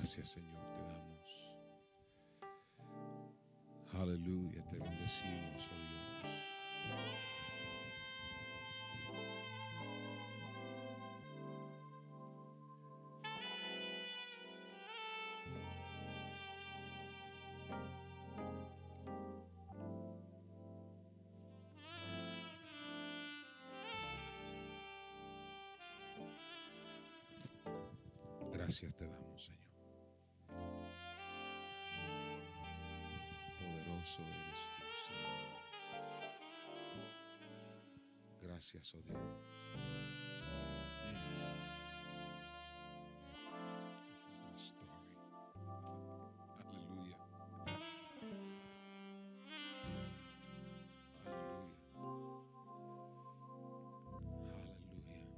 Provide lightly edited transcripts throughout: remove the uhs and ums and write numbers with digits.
Gracias, Señor, te damos. Aleluya, te bendecimos, oh Dios. Gracias te damos, Señor. Poderoso eres tú, Señor. Gracias, oh Dios. This is my story. Aleluya. Aleluya.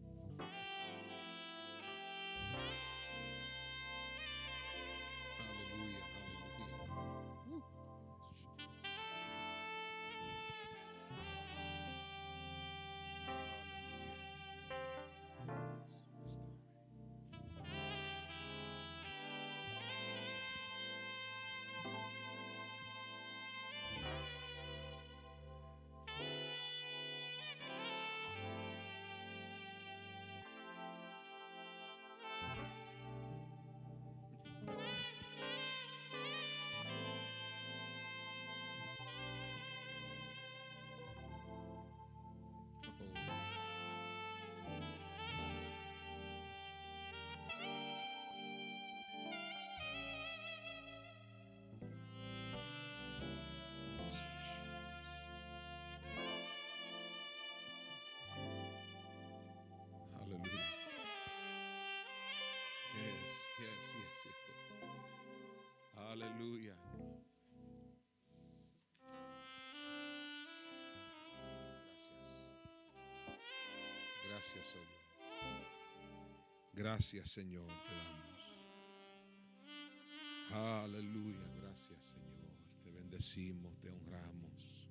Aleluya. Aleluya. Hallelujah. Yes. Aleluya. Gracias, oh Dios. Gracias, Señor, te damos. Aleluya. Gracias, Señor. Te bendecimos, te honramos.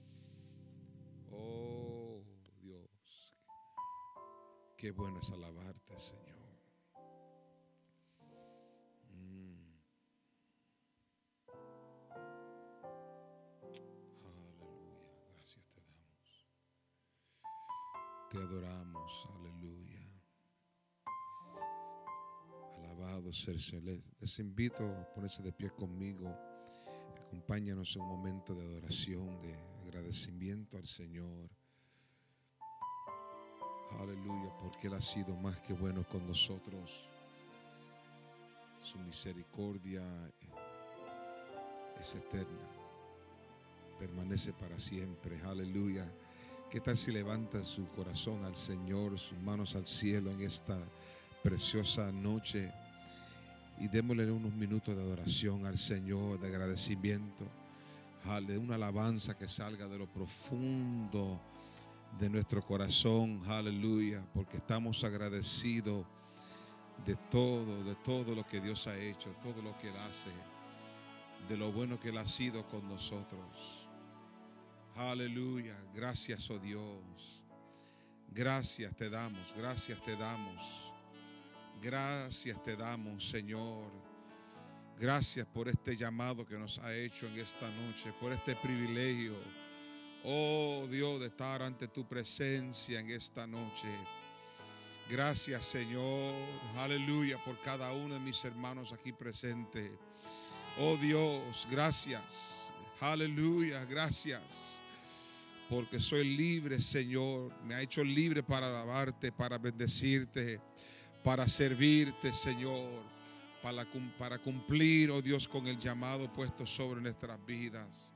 Oh, Dios. Qué bueno es alabarte, Señor. Aleluya. Gracias te damos. Te adoramos. Aleluya. Alabado sea el Señor. Les invito a ponerse de pie conmigo. Acompáñanos en un momento de adoración, de agradecimiento al Señor. Aleluya, porque Él ha sido más que bueno con nosotros. Su misericordia es eterna, permanece para siempre. Aleluya. ¿Qué tal si levanta su corazón al Señor, sus manos al cielo en esta preciosa noche? Y démosle unos minutos de adoración al Señor, de agradecimiento, de una alabanza que salga de lo profundo de nuestro corazón. Aleluya, porque estamos agradecidos de todo lo que Dios ha hecho, todo lo que Él hace, de lo bueno que Él ha sido con nosotros. Aleluya, gracias, oh Dios. Gracias te damos, gracias te damos. Gracias te damos, Señor. Gracias por este llamado que nos ha hecho en esta noche, por este privilegio, oh Dios, de estar ante tu presencia en esta noche. Gracias, Señor. Aleluya, por cada uno de mis hermanos aquí presentes. Oh Dios, gracias. Aleluya, gracias. Porque soy libre, Señor. Me ha hecho libre para alabarte, para bendecirte, para servirte, Señor, para cumplir, oh Dios, con el llamado puesto sobre nuestras vidas.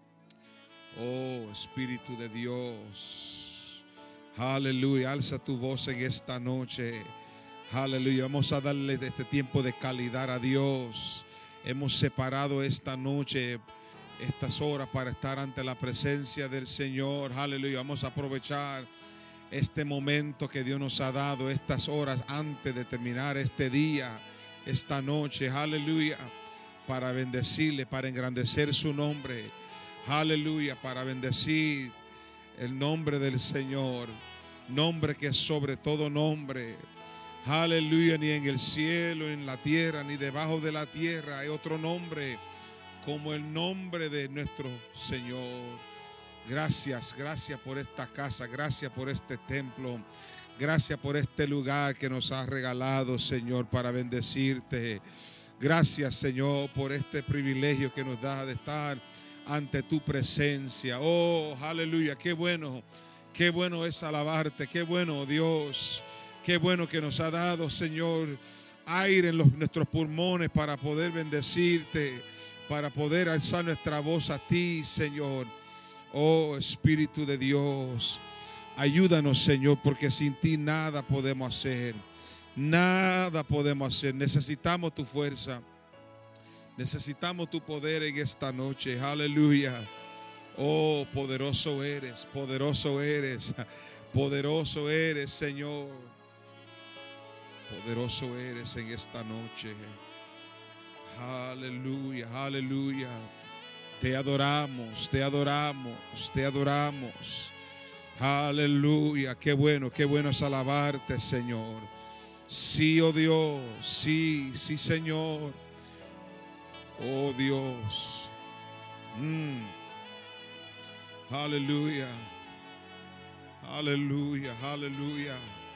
Oh Espíritu de Dios, aleluya, alza tu voz en esta noche. Aleluya, vamos a darle este tiempo de calidad a Dios. Hemos separado esta noche, estas horas para estar ante la presencia del Señor. Aleluya, vamos a aprovechar este momento que Dios nos ha dado, estas horas antes de terminar este día, esta noche, aleluya, para bendecirle, para engrandecer su nombre, aleluya, para bendecir el nombre del Señor, nombre que es sobre todo nombre, Aleluya, ni en el cielo, en la tierra, ni debajo de la tierra hay otro nombre como el nombre de nuestro Señor. Gracias, gracias por esta casa, gracias por este templo, gracias por este lugar que nos has regalado, Señor, para bendecirte. Gracias, Señor, por este privilegio que nos da de estar ante tu presencia. Oh, aleluya, qué bueno es alabarte, qué bueno, Dios, qué bueno que nos ha dado, Señor, aire en nuestros pulmones para poder bendecirte, para poder alzar nuestra voz a ti, Señor. Oh, Espíritu de Dios, ayúdanos, Señor, porque sin ti nada podemos hacer. Nada podemos hacer. Necesitamos tu fuerza. Necesitamos tu poder en esta noche. Aleluya. Oh, poderoso eres, poderoso eres. Poderoso eres, Señor. Poderoso eres en esta noche. Aleluya, aleluya. Te adoramos, te adoramos, te adoramos. Aleluya, qué bueno es alabarte, Señor. Sí, oh Dios, sí, sí, Señor. Oh Dios. Aleluya, aleluya, aleluya.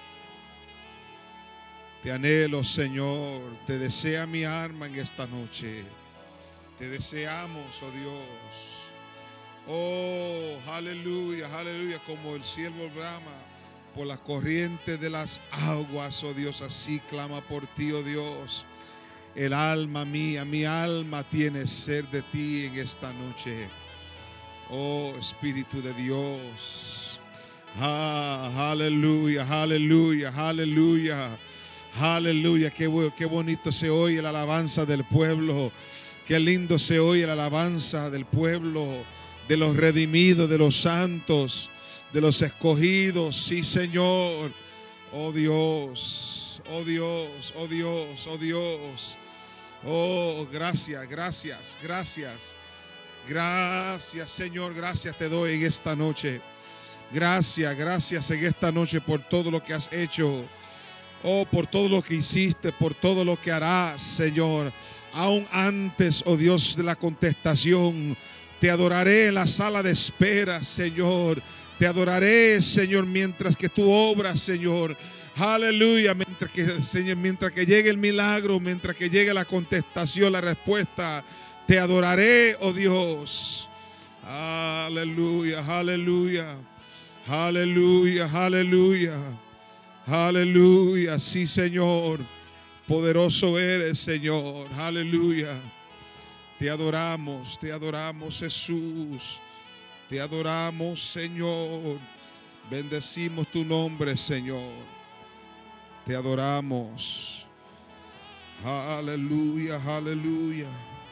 Te anhelo, Señor, te desea mi alma en esta noche. Te deseamos, oh Dios. Oh, aleluya, aleluya, como el siervo brama por las corrientes de las aguas, oh Dios, así clama por ti, oh Dios. El alma mía, mi alma tiene sed de ti en esta noche. Oh, Espíritu de Dios. Aleluya, aleluya, aleluya. Aleluya, qué bonito se oye la alabanza del pueblo. Qué lindo se oye la alabanza del pueblo, de los redimidos, de los santos, de los escogidos. Sí, Señor. Oh Dios, oh Dios, oh Dios, oh Dios. Oh, gracias, gracias, gracias. Gracias, Señor, gracias te doy en esta noche. Gracias, gracias en esta noche por todo lo que has hecho. Oh, por todo lo que hiciste, por todo lo que harás, Señor. Aún antes, oh Dios, de la contestación, te adoraré en la sala de espera, Señor. Te adoraré, Señor, mientras que tú obras, Señor. Aleluya, mientras que llegue el milagro, mientras que llegue la contestación, la respuesta, te adoraré, oh Dios. Aleluya, aleluya, aleluya, aleluya. Aleluya, sí, Señor. Poderoso eres, Señor. Aleluya. Te adoramos, Jesús. Te adoramos, Señor. Bendecimos tu nombre, Señor. Te adoramos. Aleluya, aleluya.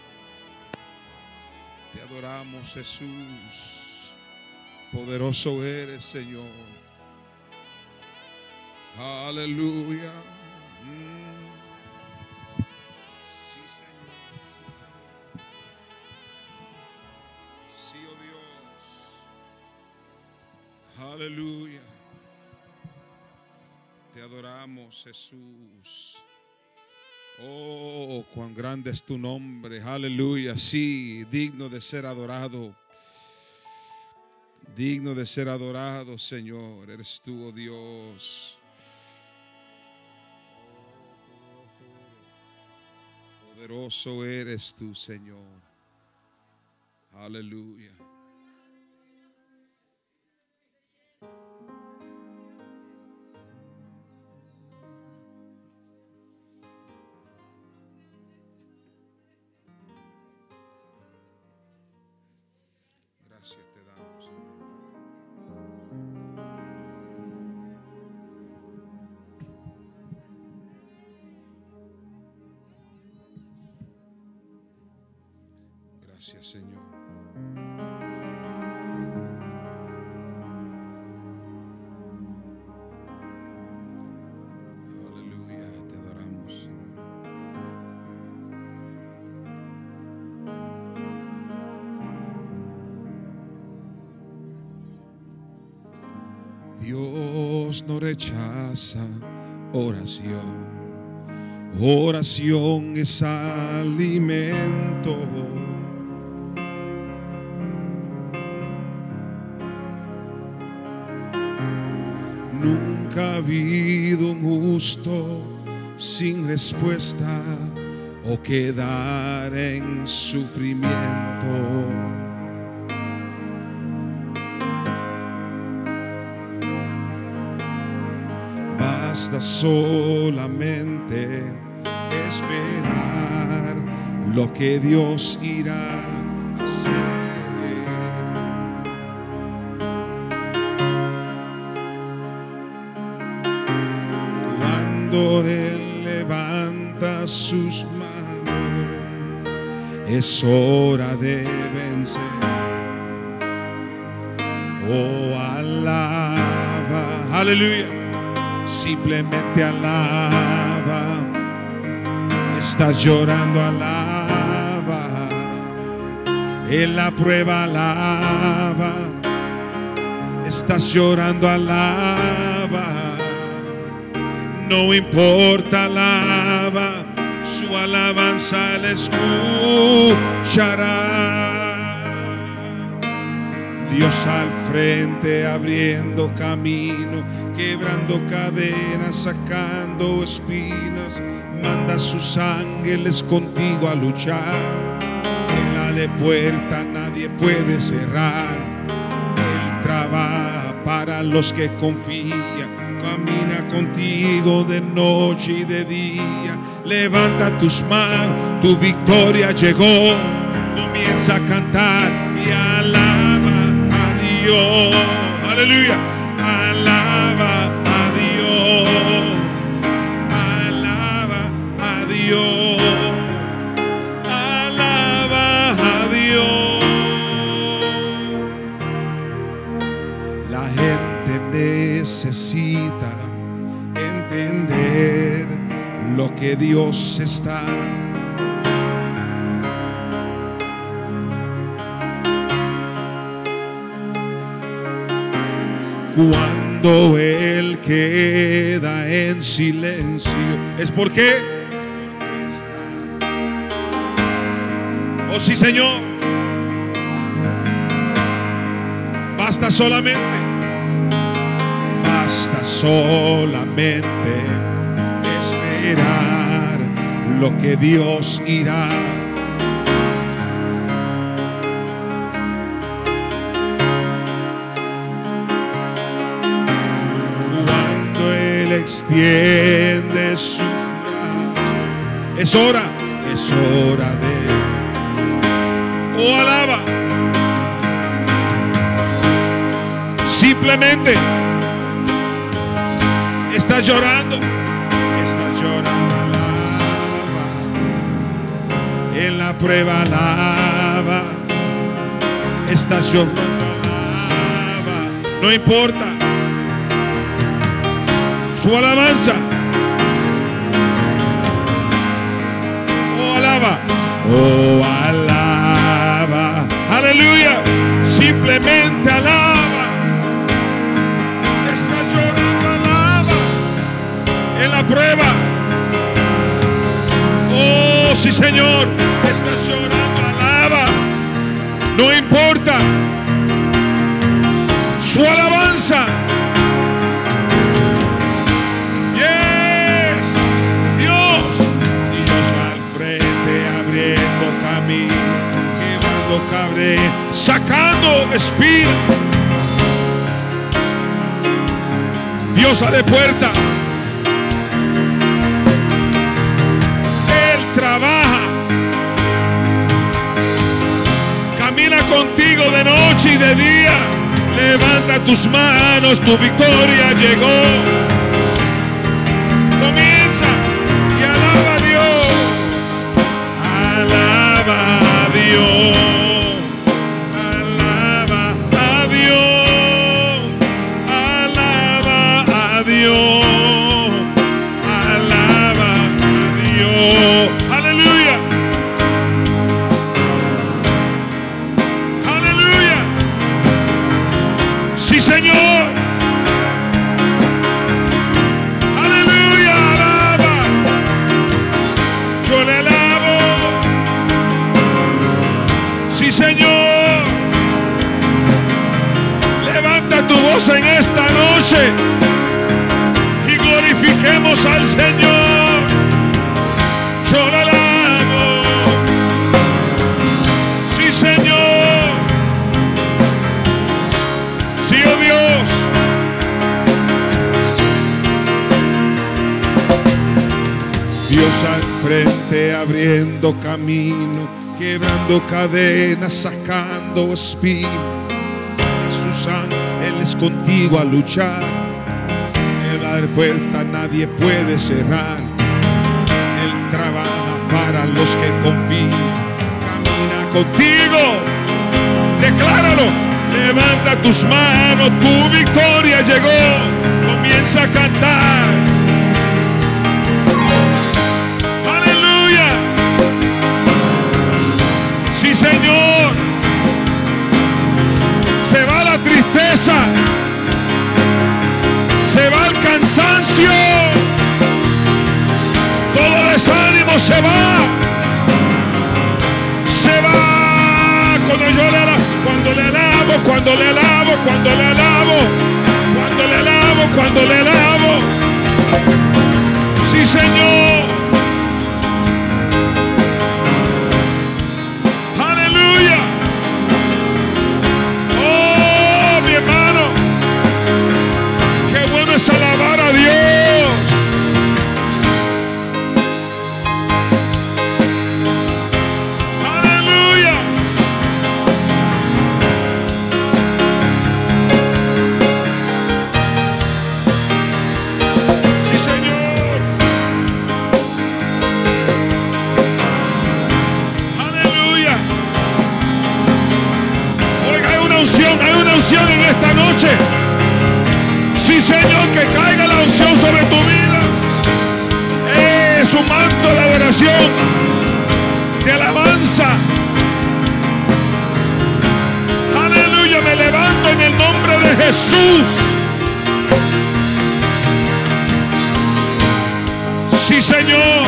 Te adoramos, Jesús. Poderoso eres, Señor. Aleluya. Sí, Señor. Sí, oh Dios. Aleluya. Te adoramos, Jesús. Oh, cuán grande es tu nombre. Aleluya. Sí, digno de ser adorado. Digno de ser adorado, Señor. Eres tú, oh Dios. Poderoso eres tú, Señor. Aleluya. Gracias te damos, Señor. Gracias, Señor. Aleluya, te adoramos, Señor. Dios no rechaza Oración. Oración es alimento. Nunca ha habido un justo sin respuesta o quedar en sufrimiento. Basta solamente esperar lo que Dios irá a hacer. Cuando Él levanta sus manos, es hora de vencer. Oh, alaba, aleluya. Simplemente alaba. Estás llorando, alaba. En la prueba, alaba. Estás llorando, alaba. No importa, alaba. Su alabanza le escuchará. Dios al frente, abriendo camino, quebrando cadenas, sacando espinas. Manda a sus ángeles contigo a luchar. Él abre puerta, nadie puede cerrar. Él trabaja para los que confían. Camina contigo de noche y de día. Levanta tus manos, tu victoria llegó. Comienza a cantar y alaba a Dios. Aleluya. Alaba a Dios. Alaba a Dios. Alaba a Dios. La gente necesita entender lo que Dios está. Cuando Él queda en silencio, es porque está. Oh sí, Señor. Basta solamente esperar lo que Dios irá. Cuando Él extiende sus brazos, es hora de alaba. Simplemente estás llorando, alaba. En la prueba, alaba. Estás llorando, alaba. No importa su alabanza. Oh, alaba. Oh, alaba. Aleluya. Simplemente alaba. Estás llorando, alaba. En la prueba. Oh, sí, Señor. Estás llorando, alaba. No importa su alabanza. Yes. Dios al frente, abriendo camino, quebrando cadenas, sacando espinas. Dios abre puerta. Él trabaja. Camina contigo de noche y de día. Levanta tus manos, tu victoria llegó. Comienza y alaba a Dios. Alaba a Dios. Dios, alaba a Dios, aleluya, aleluya, sí, Señor, aleluya. Sí, Señor. Levanta tu voz en esta noche y glorifiquemos al Señor. Yo le alabo. Sí, Señor. Sí, oh Dios. Dios al frente abriendo camino, quebrando cadenas, sacando espíritu. Jesús, Él es contigo a luchar. En la puerta nadie puede cerrar. Él trabaja para los que confían. Camina contigo. Decláralo. Levanta tus manos. Tu victoria llegó. Comienza a cantar. Sí, Señor. Se va la tristeza, se va el cansancio, todo desánimo se va. Se va cuando yo le alabo, cuando le alabo, cuando le alabo, cuando le alabo, cuando le alabo, cuando le alabo. Sí, Señor. Alabar a Dios. Aleluya. Sí, Señor. Aleluya. Oiga, hay una unción en esta noche. Sí, Señor, que caiga la unción sobre tu vida. Es un manto de adoración, de alabanza. Aleluya, me levanto en el nombre de Jesús. Sí, Señor.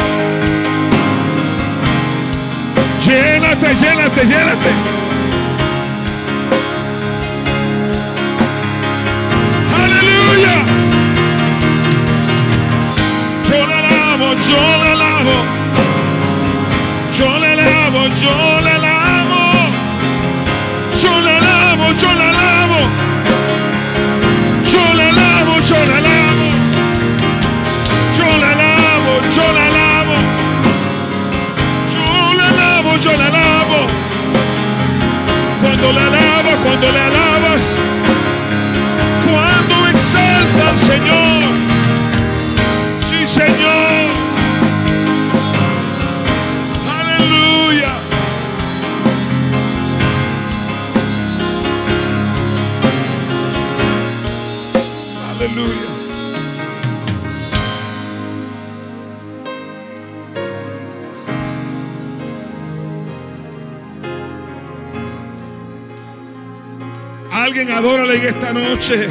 Llénate, llénate, llénate. Yo le alabo, yo le alabo, yo le alabo, yo le alabo, yo le alabo, yo le alabo, yo le alabo, yo le alabo, yo le alabo, yo le alabo, yo le alabo, yo le alabo. Cuando le alabas, cuando le alabas, cuando exalta al Señor. Sí, Señor. Aleluya. Aleluya. Alguien adórale en esta noche.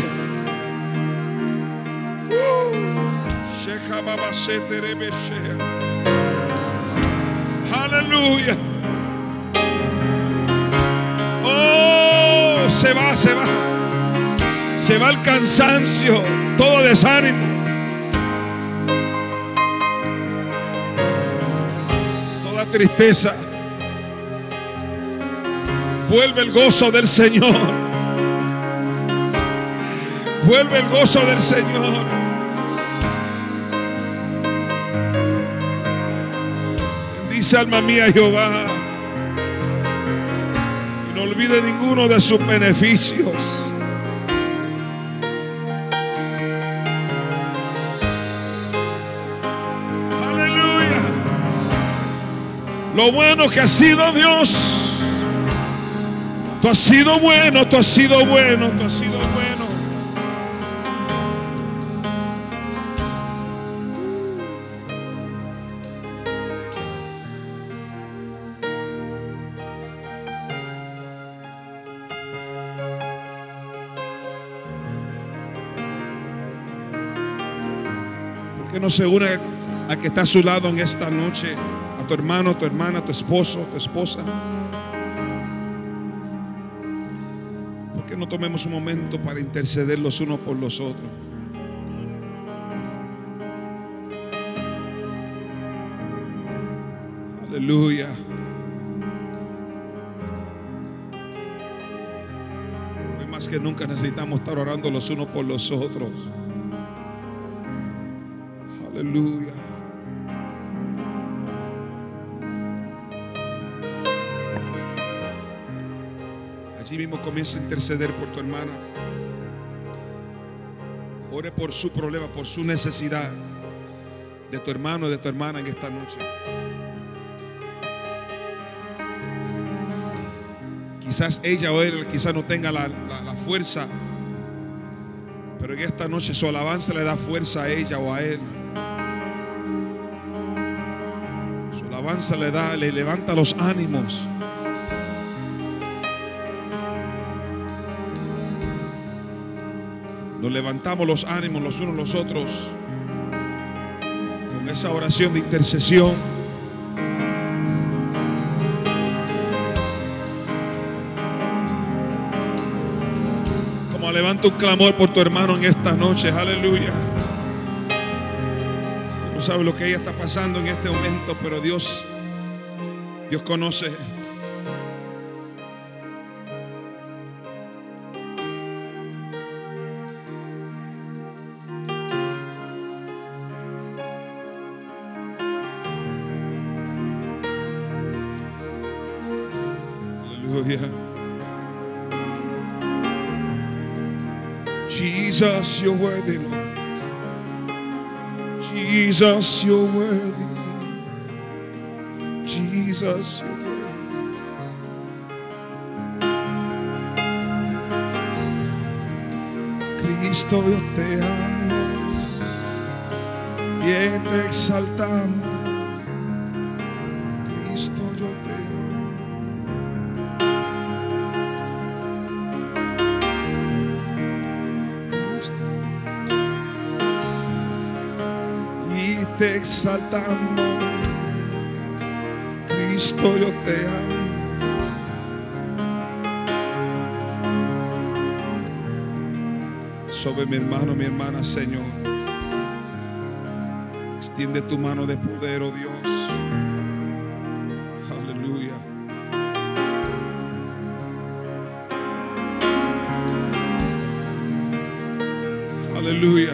Aleluya. Oh, se va, se va. Se va el cansancio, todo desánimo. Toda tristeza. Vuelve el gozo del Señor. Vuelve el gozo del Señor. Bendice alma mía Jehová. Y no olvide ninguno de sus beneficios. Aleluya. Lo bueno que ha sido Dios. Tú has sido bueno, tú has sido bueno, tú has sido bueno. ¿Por qué no se une a que está a su lado en esta noche? A tu hermano, tu hermana, tu esposo, tu esposa. Que no tomemos un momento para interceder los unos por los otros. Aleluya. Hoy más que nunca necesitamos estar orando los unos por los otros. Aleluya. Allí mismo comienza a interceder por tu hermana. Ore por su problema, por su necesidad, de tu hermano y de tu hermana en esta noche. Quizás ella o él quizás no tenga la fuerza, pero en esta noche su alabanza le da fuerza a ella o a él. Su alabanza le levanta los ánimos. Nos levantamos los ánimos los unos los otros con esa oración de intercesión. Como levanta un clamor por tu hermano en esta noche. Aleluya. Tú no sabes lo que ella está pasando en este momento, pero Dios conoce. Jesus, you're worthy, Lord. Jesus, you're worthy. Jesus, you're worthy. Cristo, yo te amo y te exaltamos. Cristo, yo te amo. Te exaltamos, Cristo, yo te amo. Sobre mi hermano, mi hermana, Señor, extiende tu mano de poder, oh Dios. Aleluya. Aleluya.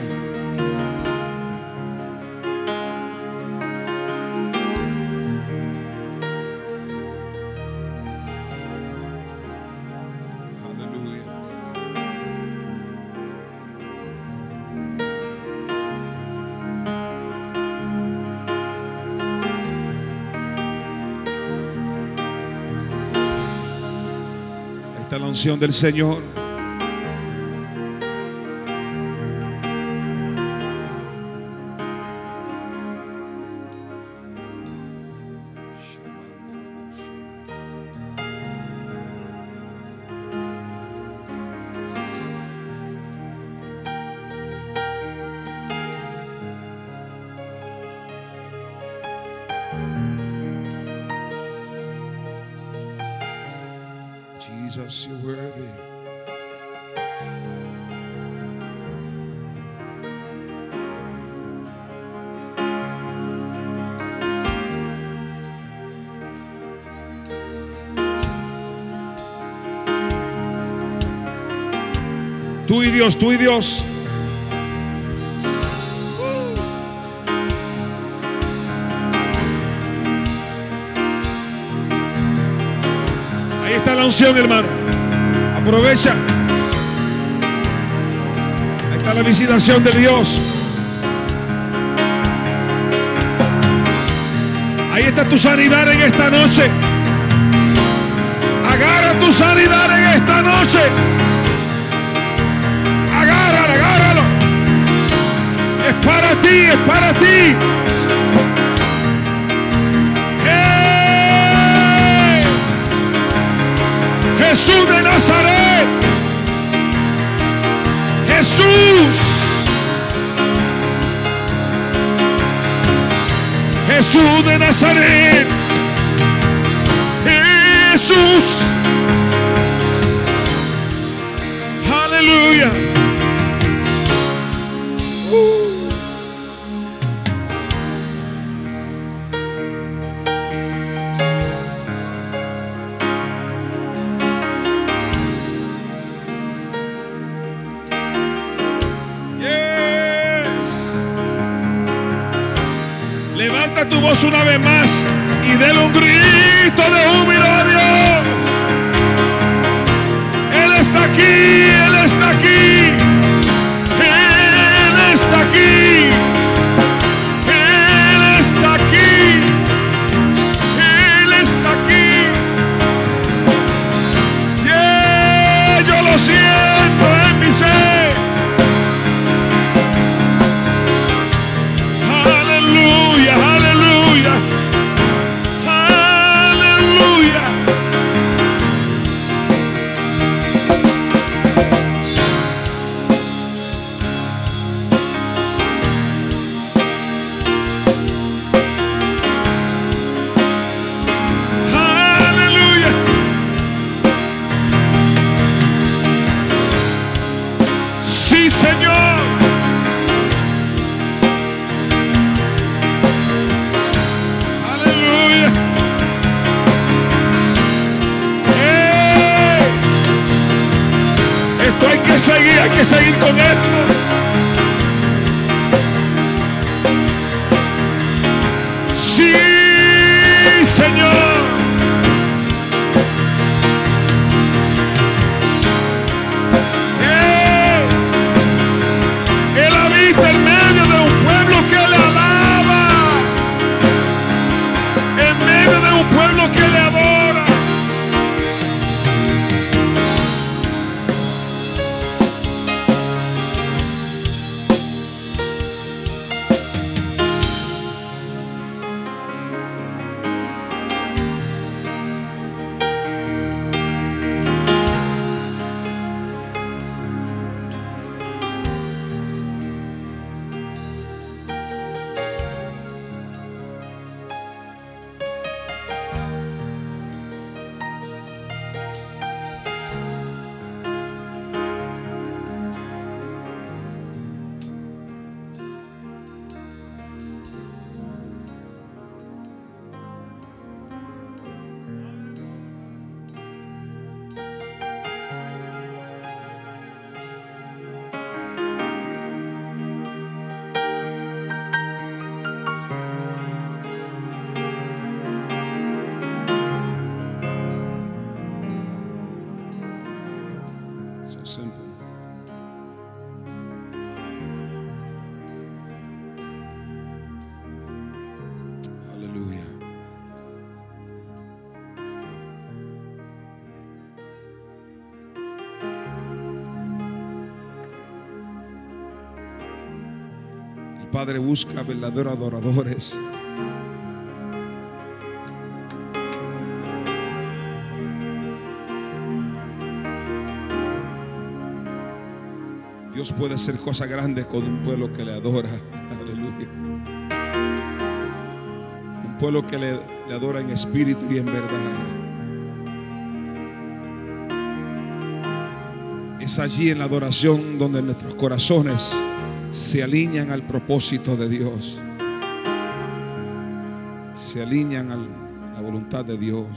La unción del Señor. Jesus, you're worthy. Tú y Dios, tú y Dios. Ahí está la unción, hermano. Aprovecha. Ahí está la visitación de Dios. Ahí está tu sanidad en esta noche. Agarra tu sanidad en esta noche. Agárralo, agárralo. Es para ti, es para ti. ¡Hey! Jesús de Nazaret. Jesús. Jesús de Nazaret. Jesús. Levanta tu voz una vez más y dele un grito de júbilo a Dios. Él está aquí, Él está aquí, Él está aquí, Él está aquí, Él está aquí. Yeah, yo lo siento en mi ser. Aleluya, aleluya, aleluya. Aleluya. Sí, Señor. Aleluya. Esto hay que seguir con esto. Sí, Señor. Él habita en medio de un pueblo que le alaba, en medio de un pueblo que le adora. So simple. Aleluya. El Padre busca verdaderos adoradores. Dios puede hacer cosas grandes con un pueblo que le adora. Aleluya. Un pueblo que le adora en espíritu y en verdad. Es allí en la adoración donde nuestros corazones se alinean al propósito de Dios. Se alinean a la voluntad de Dios.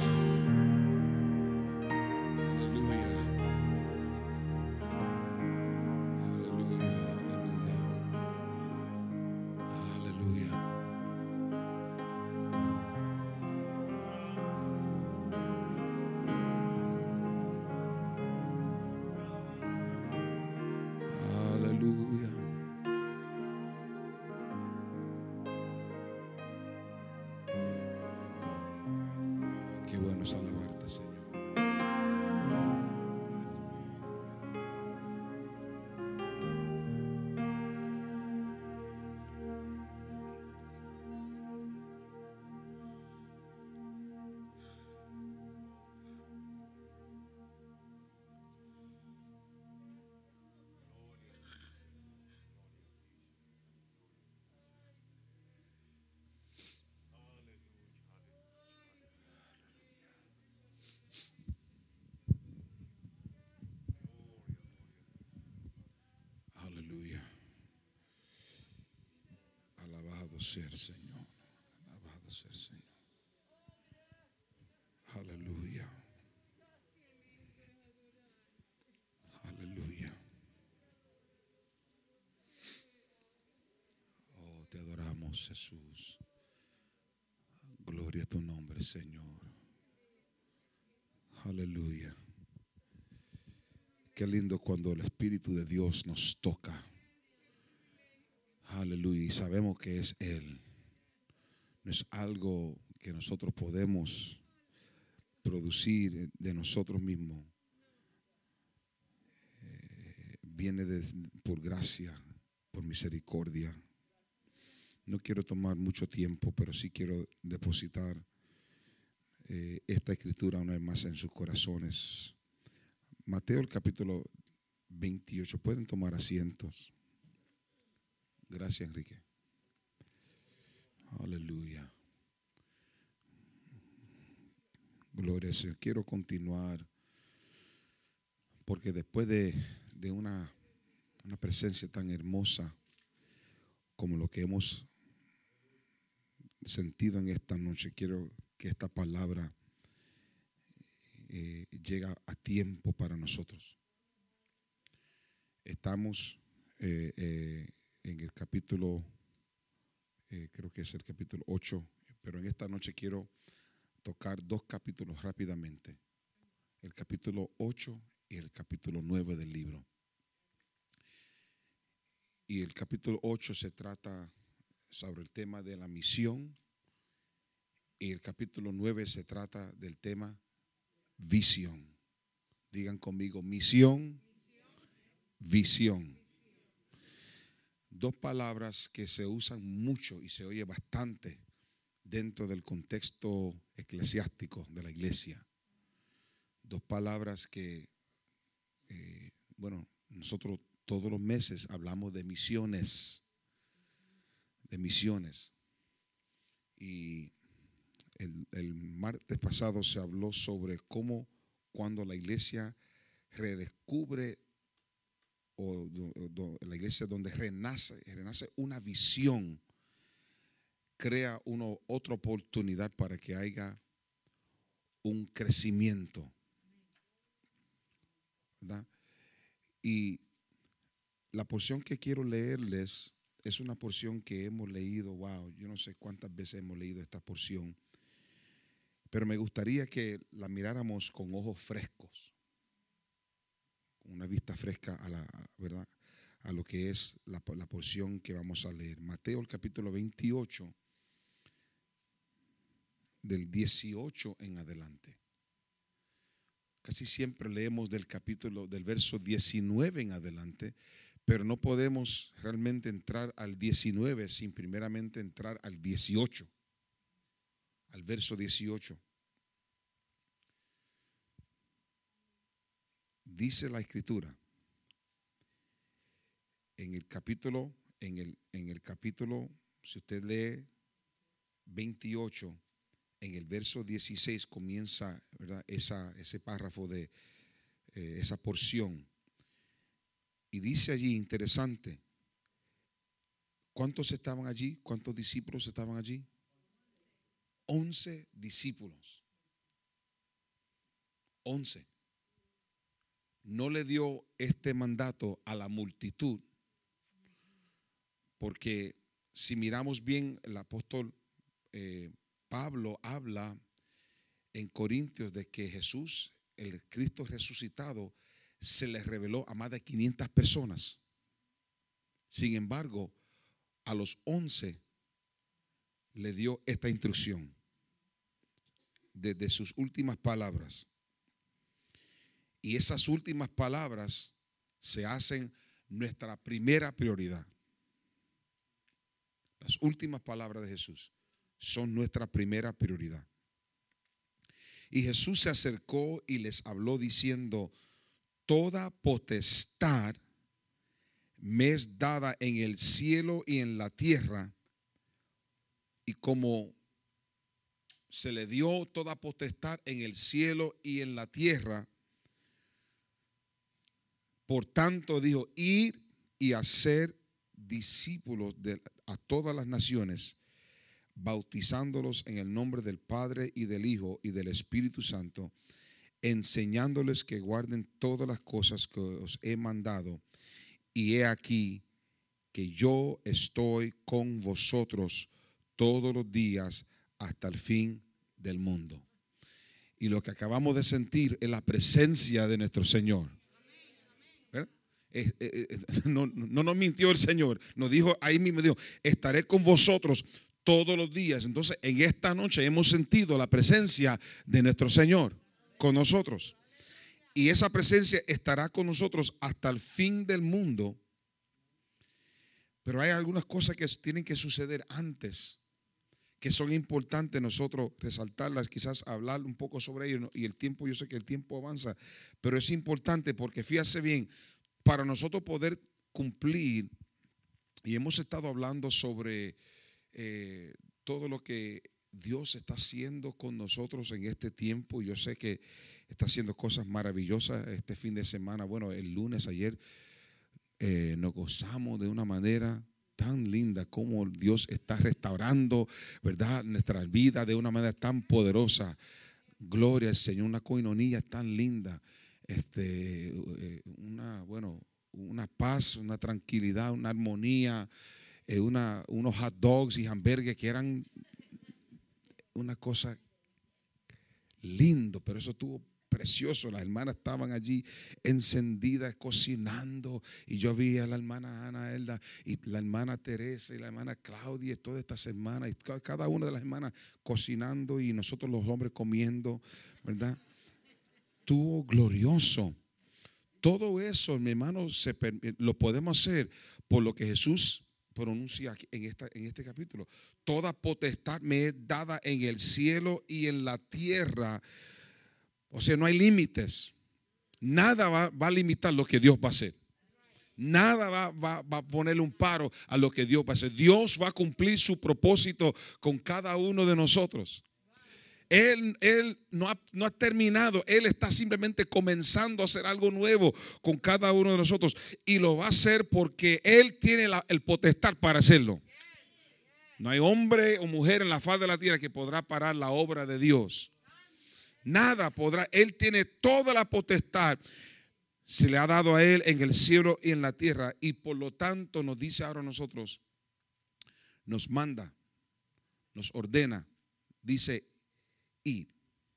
Qué bueno es alabarte, Señor. Aleluya. Alabado sea el Señor. Alabado sea el Señor. Aleluya. Aleluya. Oh, te adoramos, Jesús. Gloria a tu nombre, Señor. Aleluya. Qué lindo cuando el Espíritu de Dios nos toca. Aleluya. Y sabemos que es Él. No es algo que nosotros podemos producir de nosotros mismos. Viene por gracia, por misericordia. No quiero tomar mucho tiempo, pero sí quiero depositar esta escritura una vez más en sus corazones. Mateo el capítulo 28. Pueden tomar asientos. Gracias, Enrique. Aleluya. Gloria al Señor. Quiero continuar porque después de una presencia tan hermosa como lo que hemos sentido en esta noche, quiero que esta palabra llegue a tiempo para nosotros. Estamos en el capítulo, creo que es el capítulo 8, pero en esta noche quiero tocar dos capítulos rápidamente. El capítulo 8 y el capítulo 9 del libro. Y el capítulo 8 se trata sobre el tema de la misión. Y el capítulo 9 se trata del tema visión. Digan conmigo, misión, visión. Dos palabras que se usan mucho y se oye bastante dentro del contexto eclesiástico de la iglesia. Dos palabras que, nosotros todos los meses hablamos de misiones. Y el martes pasado se habló sobre cómo cuando la iglesia redescubre la iglesia donde renace una visión, crea otra oportunidad para que haya un crecimiento, ¿verdad? Y la porción que quiero leerles es una porción que hemos leído, yo no sé cuántas veces hemos leído esta porción, pero me gustaría que la miráramos con ojos frescos, con una vista fresca ¿verdad?, a lo que es la porción que vamos a leer. Mateo el capítulo 28, del 18 en adelante. Casi siempre leemos del verso 19 en adelante, pero no podemos realmente entrar al 19 sin primeramente entrar al 18, al verso 18. Dice la escritura en el capítulo, si usted lee 28, en el verso 16 comienza, ¿verdad?, ese párrafo de esa porción. Y dice allí, interesante, ¿cuántos estaban allí? ¿Cuántos discípulos estaban allí? 11 discípulos. 11. No le dio este mandato a la multitud, porque si miramos bien, el apóstol Pablo habla en Corintios de que Jesús, el Cristo resucitado, se les reveló a más de 500 personas. Sin embargo, a los 11 le dio esta instrucción desde sus últimas palabras. Y esas últimas palabras se hacen nuestra primera prioridad. Las últimas palabras de Jesús son nuestra primera prioridad. Y Jesús se acercó y les habló diciendo: toda potestad me es dada en el cielo y en la tierra. Y como se le dio toda potestad en el cielo y en la tierra, por tanto dijo: ir y hacer discípulos a todas las naciones, bautizándolos en el nombre del Padre y del Hijo y del Espíritu Santo, enseñándoles que guarden todas las cosas que os he mandado. Y he aquí que yo estoy con vosotros todos los días hasta el fin del mundo. Y lo que acabamos de sentir es la presencia de nuestro Señor. ¿Verdad? No nos mintió el Señor. Nos dijo, ahí mismo dijo, estaré con vosotros todos los días. Entonces, en esta noche hemos sentido la presencia de nuestro Señor con nosotros. Y esa presencia estará con nosotros hasta el fin del mundo. Pero hay algunas cosas que tienen que suceder antes, que son importantes nosotros resaltarlas, quizás hablar un poco sobre ello. Y el tiempo, yo sé que el tiempo avanza, pero es importante porque fíjate bien, para nosotros poder cumplir, y hemos estado hablando sobre todo lo que Dios está haciendo con nosotros en este tiempo. Yo sé que está haciendo cosas maravillosas este fin de semana. Bueno, el lunes, ayer, nos gozamos de una manera tan linda, como Dios está restaurando, ¿verdad?, nuestras vidas de una manera tan poderosa. Gloria al Señor, una coinonía tan linda, una paz, una tranquilidad, una armonía, unos hot dogs y hamburgues que eran una cosa lindo, pero eso estuvo precioso. Las hermanas estaban allí encendidas, cocinando, y yo vi a la hermana Ana Elda y la hermana Teresa y la hermana Claudia y todas estas hermanas, y cada una de las hermanas cocinando y nosotros los hombres comiendo, ¿verdad? Estuvo glorioso. Todo eso, mi hermano, lo podemos hacer por lo que Jesús pronuncia en este capítulo. Toda potestad me es dada en el cielo y en la tierra. O sea, no hay límites. Nada va a limitar lo que Dios va a hacer. Nada va a ponerle un paro a lo que Dios va a hacer. Dios va a cumplir su propósito con cada uno de nosotros. Él no ha terminado. Él está simplemente comenzando a hacer algo nuevo con cada uno de nosotros. Y lo va a hacer porque Él tiene el potestad para hacerlo. No hay hombre o mujer en la faz de la tierra que podrá parar la obra de Dios. Nada podrá. Él tiene toda la potestad. Se le ha dado a Él en el cielo y en la tierra. Y por lo tanto nos dice ahora a nosotros, nos manda, nos ordena, dice, ir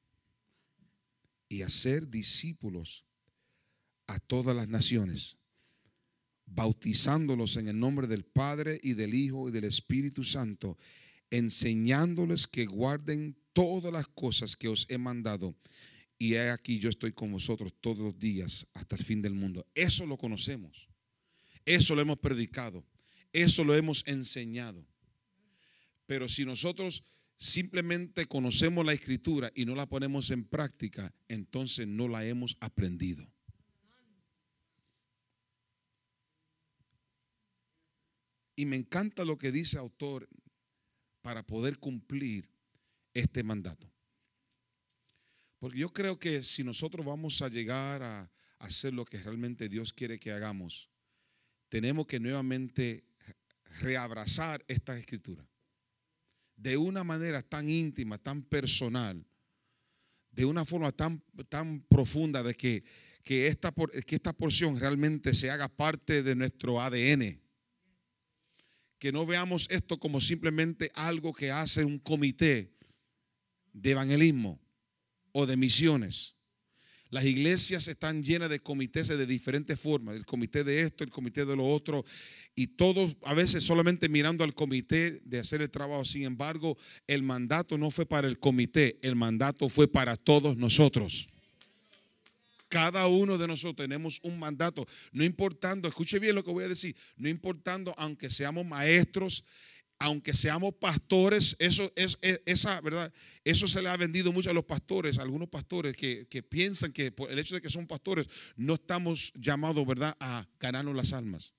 y hacer discípulos a todas las naciones, bautizándolos en el nombre del Padre y del Hijo y del Espíritu Santo, enseñándoles que guarden todas las cosas que os he mandado. Y he aquí, yo estoy con vosotros todos los días hasta el fin del mundo. Eso lo conocemos. Eso lo hemos predicado. Eso lo hemos enseñado. Pero si nosotros simplemente conocemos la Escritura y no la ponemos en práctica, entonces no la hemos aprendido. Y me encanta lo que dice el autor para poder cumplir este mandato. Porque yo creo que si nosotros vamos a llegar a hacer lo que realmente Dios quiere que hagamos, tenemos que nuevamente reabrazar esta Escritura de una manera tan íntima, tan personal, de una forma tan profunda, de que esta porción realmente se haga parte de nuestro ADN. Que no veamos esto como simplemente algo que hace un comité de evangelismo o de misiones. Las iglesias están llenas de comités de diferentes formas, el comité de esto, el comité de lo otro, y todos a veces solamente mirando al comité de hacer el trabajo. Sin embargo, el mandato no fue para el comité, el mandato fue para todos nosotros. Cada uno de nosotros tenemos un mandato, no importando, escuche bien lo que voy a decir, no importando aunque seamos maestros, aunque seamos pastores. Esa verdad, eso se le ha vendido mucho a los pastores, a algunos pastores que piensan que por el hecho de que son pastores no estamos llamados, ¿verdad?, a ganarnos las almas.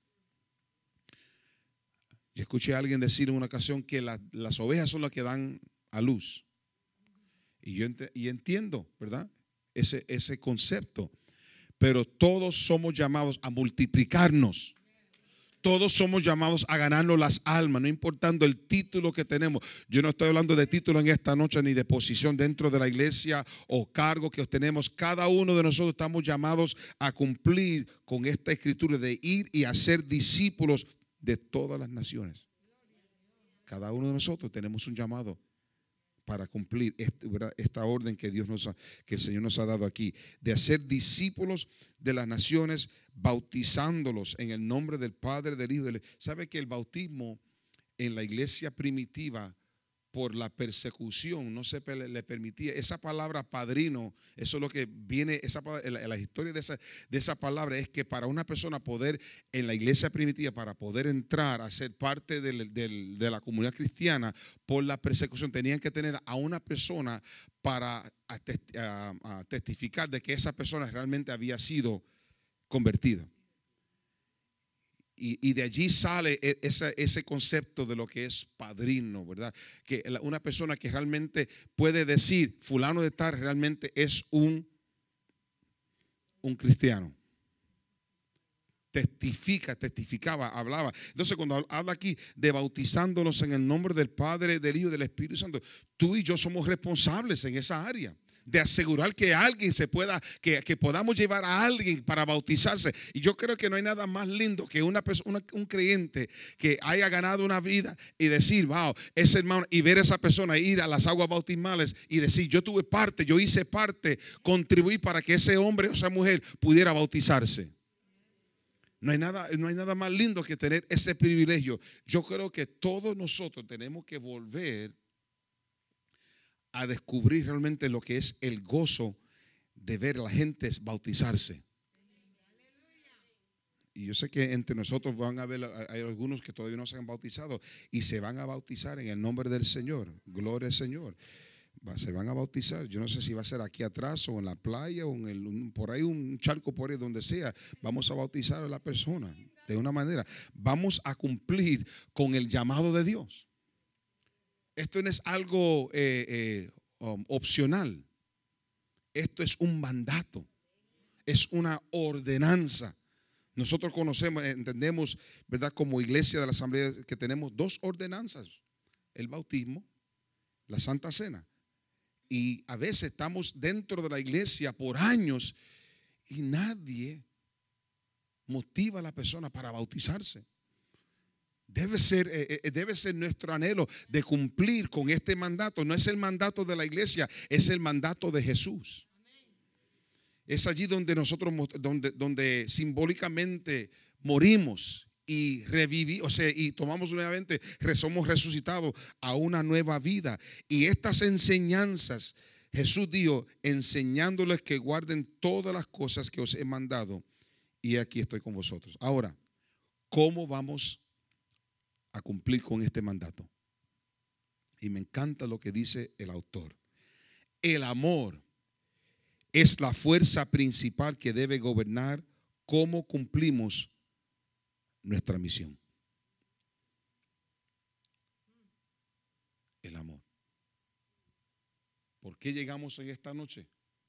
Yo escuché a alguien decir en una ocasión que las ovejas son las que dan a luz. Y yo entiendo, ¿verdad?, ese concepto. Pero todos somos llamados a multiplicarnos. Todos somos llamados a ganarnos las almas, no importando el título que tenemos. Yo no estoy hablando de título en esta noche ni de posición dentro de la iglesia o cargo que obtenemos. Cada uno de nosotros estamos llamados a cumplir con esta escritura de ir y hacer discípulos de todas las naciones. Cada uno de nosotros tenemos un llamado para cumplir esta orden que que el Señor nos ha dado aquí, de hacer discípulos de las naciones, bautizándolos en el nombre del Padre, del Hijo. ¿Sabe que el bautismo en la iglesia primitiva, por la persecución, no se le permitía? Esa palabra padrino, eso es lo que viene, la historia de esa palabra es que para una persona poder, en la iglesia primitiva, para poder entrar a ser parte de la comunidad cristiana, por la persecución, tenían que tener a una persona para a testificar de que esa persona realmente había sido convertida. Y de allí sale ese concepto de lo que es padrino, ¿verdad? Que una persona que realmente puede decir, fulano de tal realmente es un cristiano. Testificaba, hablaba. Entonces, cuando habla aquí de bautizándonos en el nombre del Padre, del Hijo y del Espíritu Santo, tú y yo somos responsables en esa área, de asegurar que alguien que podamos llevar a alguien para bautizarse. Y yo creo que no hay nada más lindo que un creyente que haya ganado una vida y decir, wow, ese hermano, y ver a esa persona ir a las aguas bautismales y decir, yo tuve parte, yo hice parte, contribuí para que ese hombre o esa mujer pudiera bautizarse. No hay nada más lindo que tener ese privilegio. Yo creo que todos nosotros tenemos que volver a descubrir realmente lo que es el gozo de ver a la gente bautizarse. Y yo sé que entre nosotros van a haber, hay algunos que todavía no se han bautizado y se van a bautizar en el nombre del Señor. Gloria al Señor. Se van a bautizar. Yo no sé si va a ser aquí atrás o en la playa o por ahí un charco, por ahí donde sea. Vamos a bautizar a la persona de una manera. Vamos a cumplir con el llamado de Dios. Esto no es algo opcional. Esto es un mandato. Es una ordenanza. Nosotros conocemos, entendemos, ¿verdad? Como iglesia de la Asamblea, que tenemos dos ordenanzas: el bautismo, la Santa Cena. Y a veces estamos dentro de la iglesia por años y nadie motiva a la persona para bautizarse. Debe ser nuestro anhelo de cumplir con este mandato. No es el mandato de la iglesia, es el mandato de Jesús. Es allí donde nosotros, donde simbólicamente morimos y revivimos, o sea, y tomamos nuevamente, somos resucitados a una nueva vida. Y estas enseñanzas, Jesús dijo, enseñándoles que guarden todas las cosas que os he mandado, y aquí estoy con vosotros. Ahora, ¿cómo vamos a cumplir con este mandato? Y me encanta lo que dice el autor. El amor es la fuerza principal que debe gobernar cómo cumplimos nuestra misión. El amor. ¿Por qué llegamos en esta noche?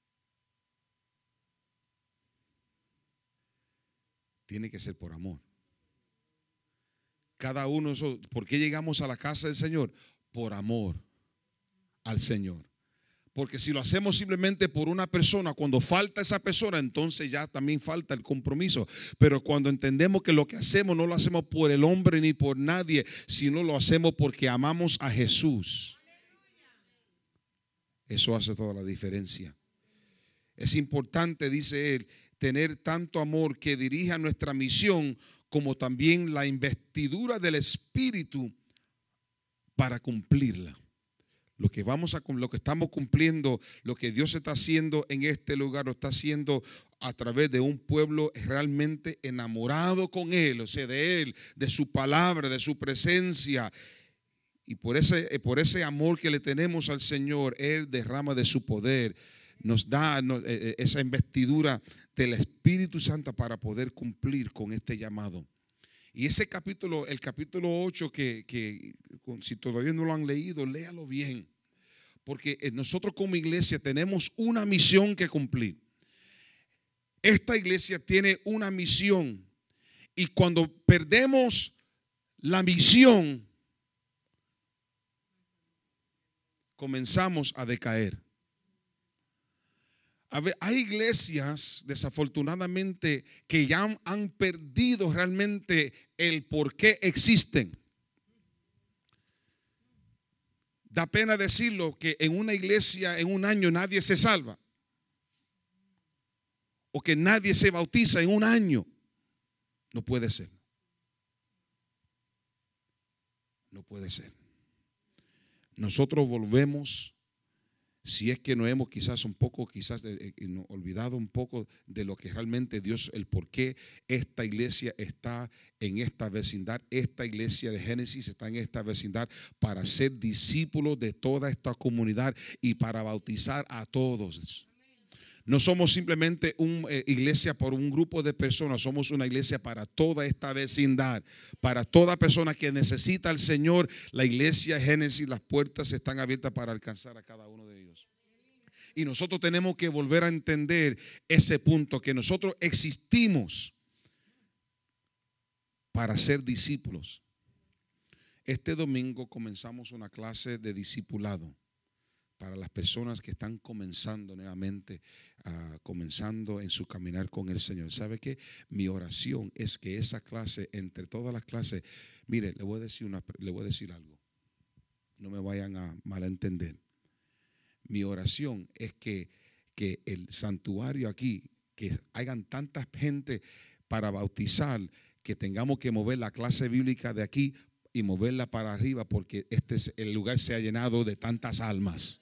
Tiene que ser por amor. Cada uno de nosotros, ¿por qué llegamos a la casa del Señor? Por amor al Señor. Porque si lo hacemos simplemente por una persona, cuando falta esa persona, entonces ya también falta el compromiso. Pero cuando entendemos que lo que hacemos no lo hacemos por el hombre ni por nadie, sino lo hacemos porque amamos a Jesús, eso hace toda la diferencia. Es importante, dice él, tener tanto amor que dirija nuestra misión, como también la investidura del Espíritu para cumplirla. Lo que estamos cumpliendo, lo que Dios está haciendo en este lugar, lo está haciendo a través de un pueblo realmente enamorado con Él, o sea, de Él, de su palabra, de su presencia. Y por ese amor que le tenemos al Señor, Él derrama de su poder, nos da esa investidura del Espíritu Santo para poder cumplir con este llamado. Y ese capítulo, el capítulo 8, que si todavía no lo han leído, léalo bien. Porque nosotros como iglesia tenemos una misión que cumplir. Esta iglesia tiene una misión. Y cuando perdemos la misión, comenzamos a decaer. Hay iglesias, desafortunadamente, que ya han perdido realmente el por qué existen. Da pena decirlo que en una iglesia en un año nadie se salva. O que nadie se bautiza en un año. No puede ser. No puede ser. Nosotros volvemos, si es que nos hemos quizás olvidado un poco de lo que realmente Dios, el por qué esta iglesia está en esta vecindad. Esta iglesia de Génesis está en esta vecindad para ser discípulos de toda esta comunidad y para bautizar a todos. No somos simplemente una iglesia por un grupo de personas, somos una iglesia para toda esta vecindad, para toda persona que necesita al Señor. La iglesia Génesis, las puertas están abiertas para alcanzar a cada uno de ellos. Y nosotros tenemos que volver a entender ese punto, que nosotros existimos para ser discípulos. Este domingo comenzamos una clase de discipulado para las personas que están comenzando nuevamente, comenzando en su caminar con el Señor. ¿Sabe qué? Mi oración es que esa clase, entre todas las clases, mire, le voy a decir algo. No me vayan a malentender. Mi oración es que el santuario aquí, que hayan tanta gente para bautizar, que tengamos que mover la clase bíblica de aquí y moverla para arriba, porque el lugar se ha llenado de tantas almas.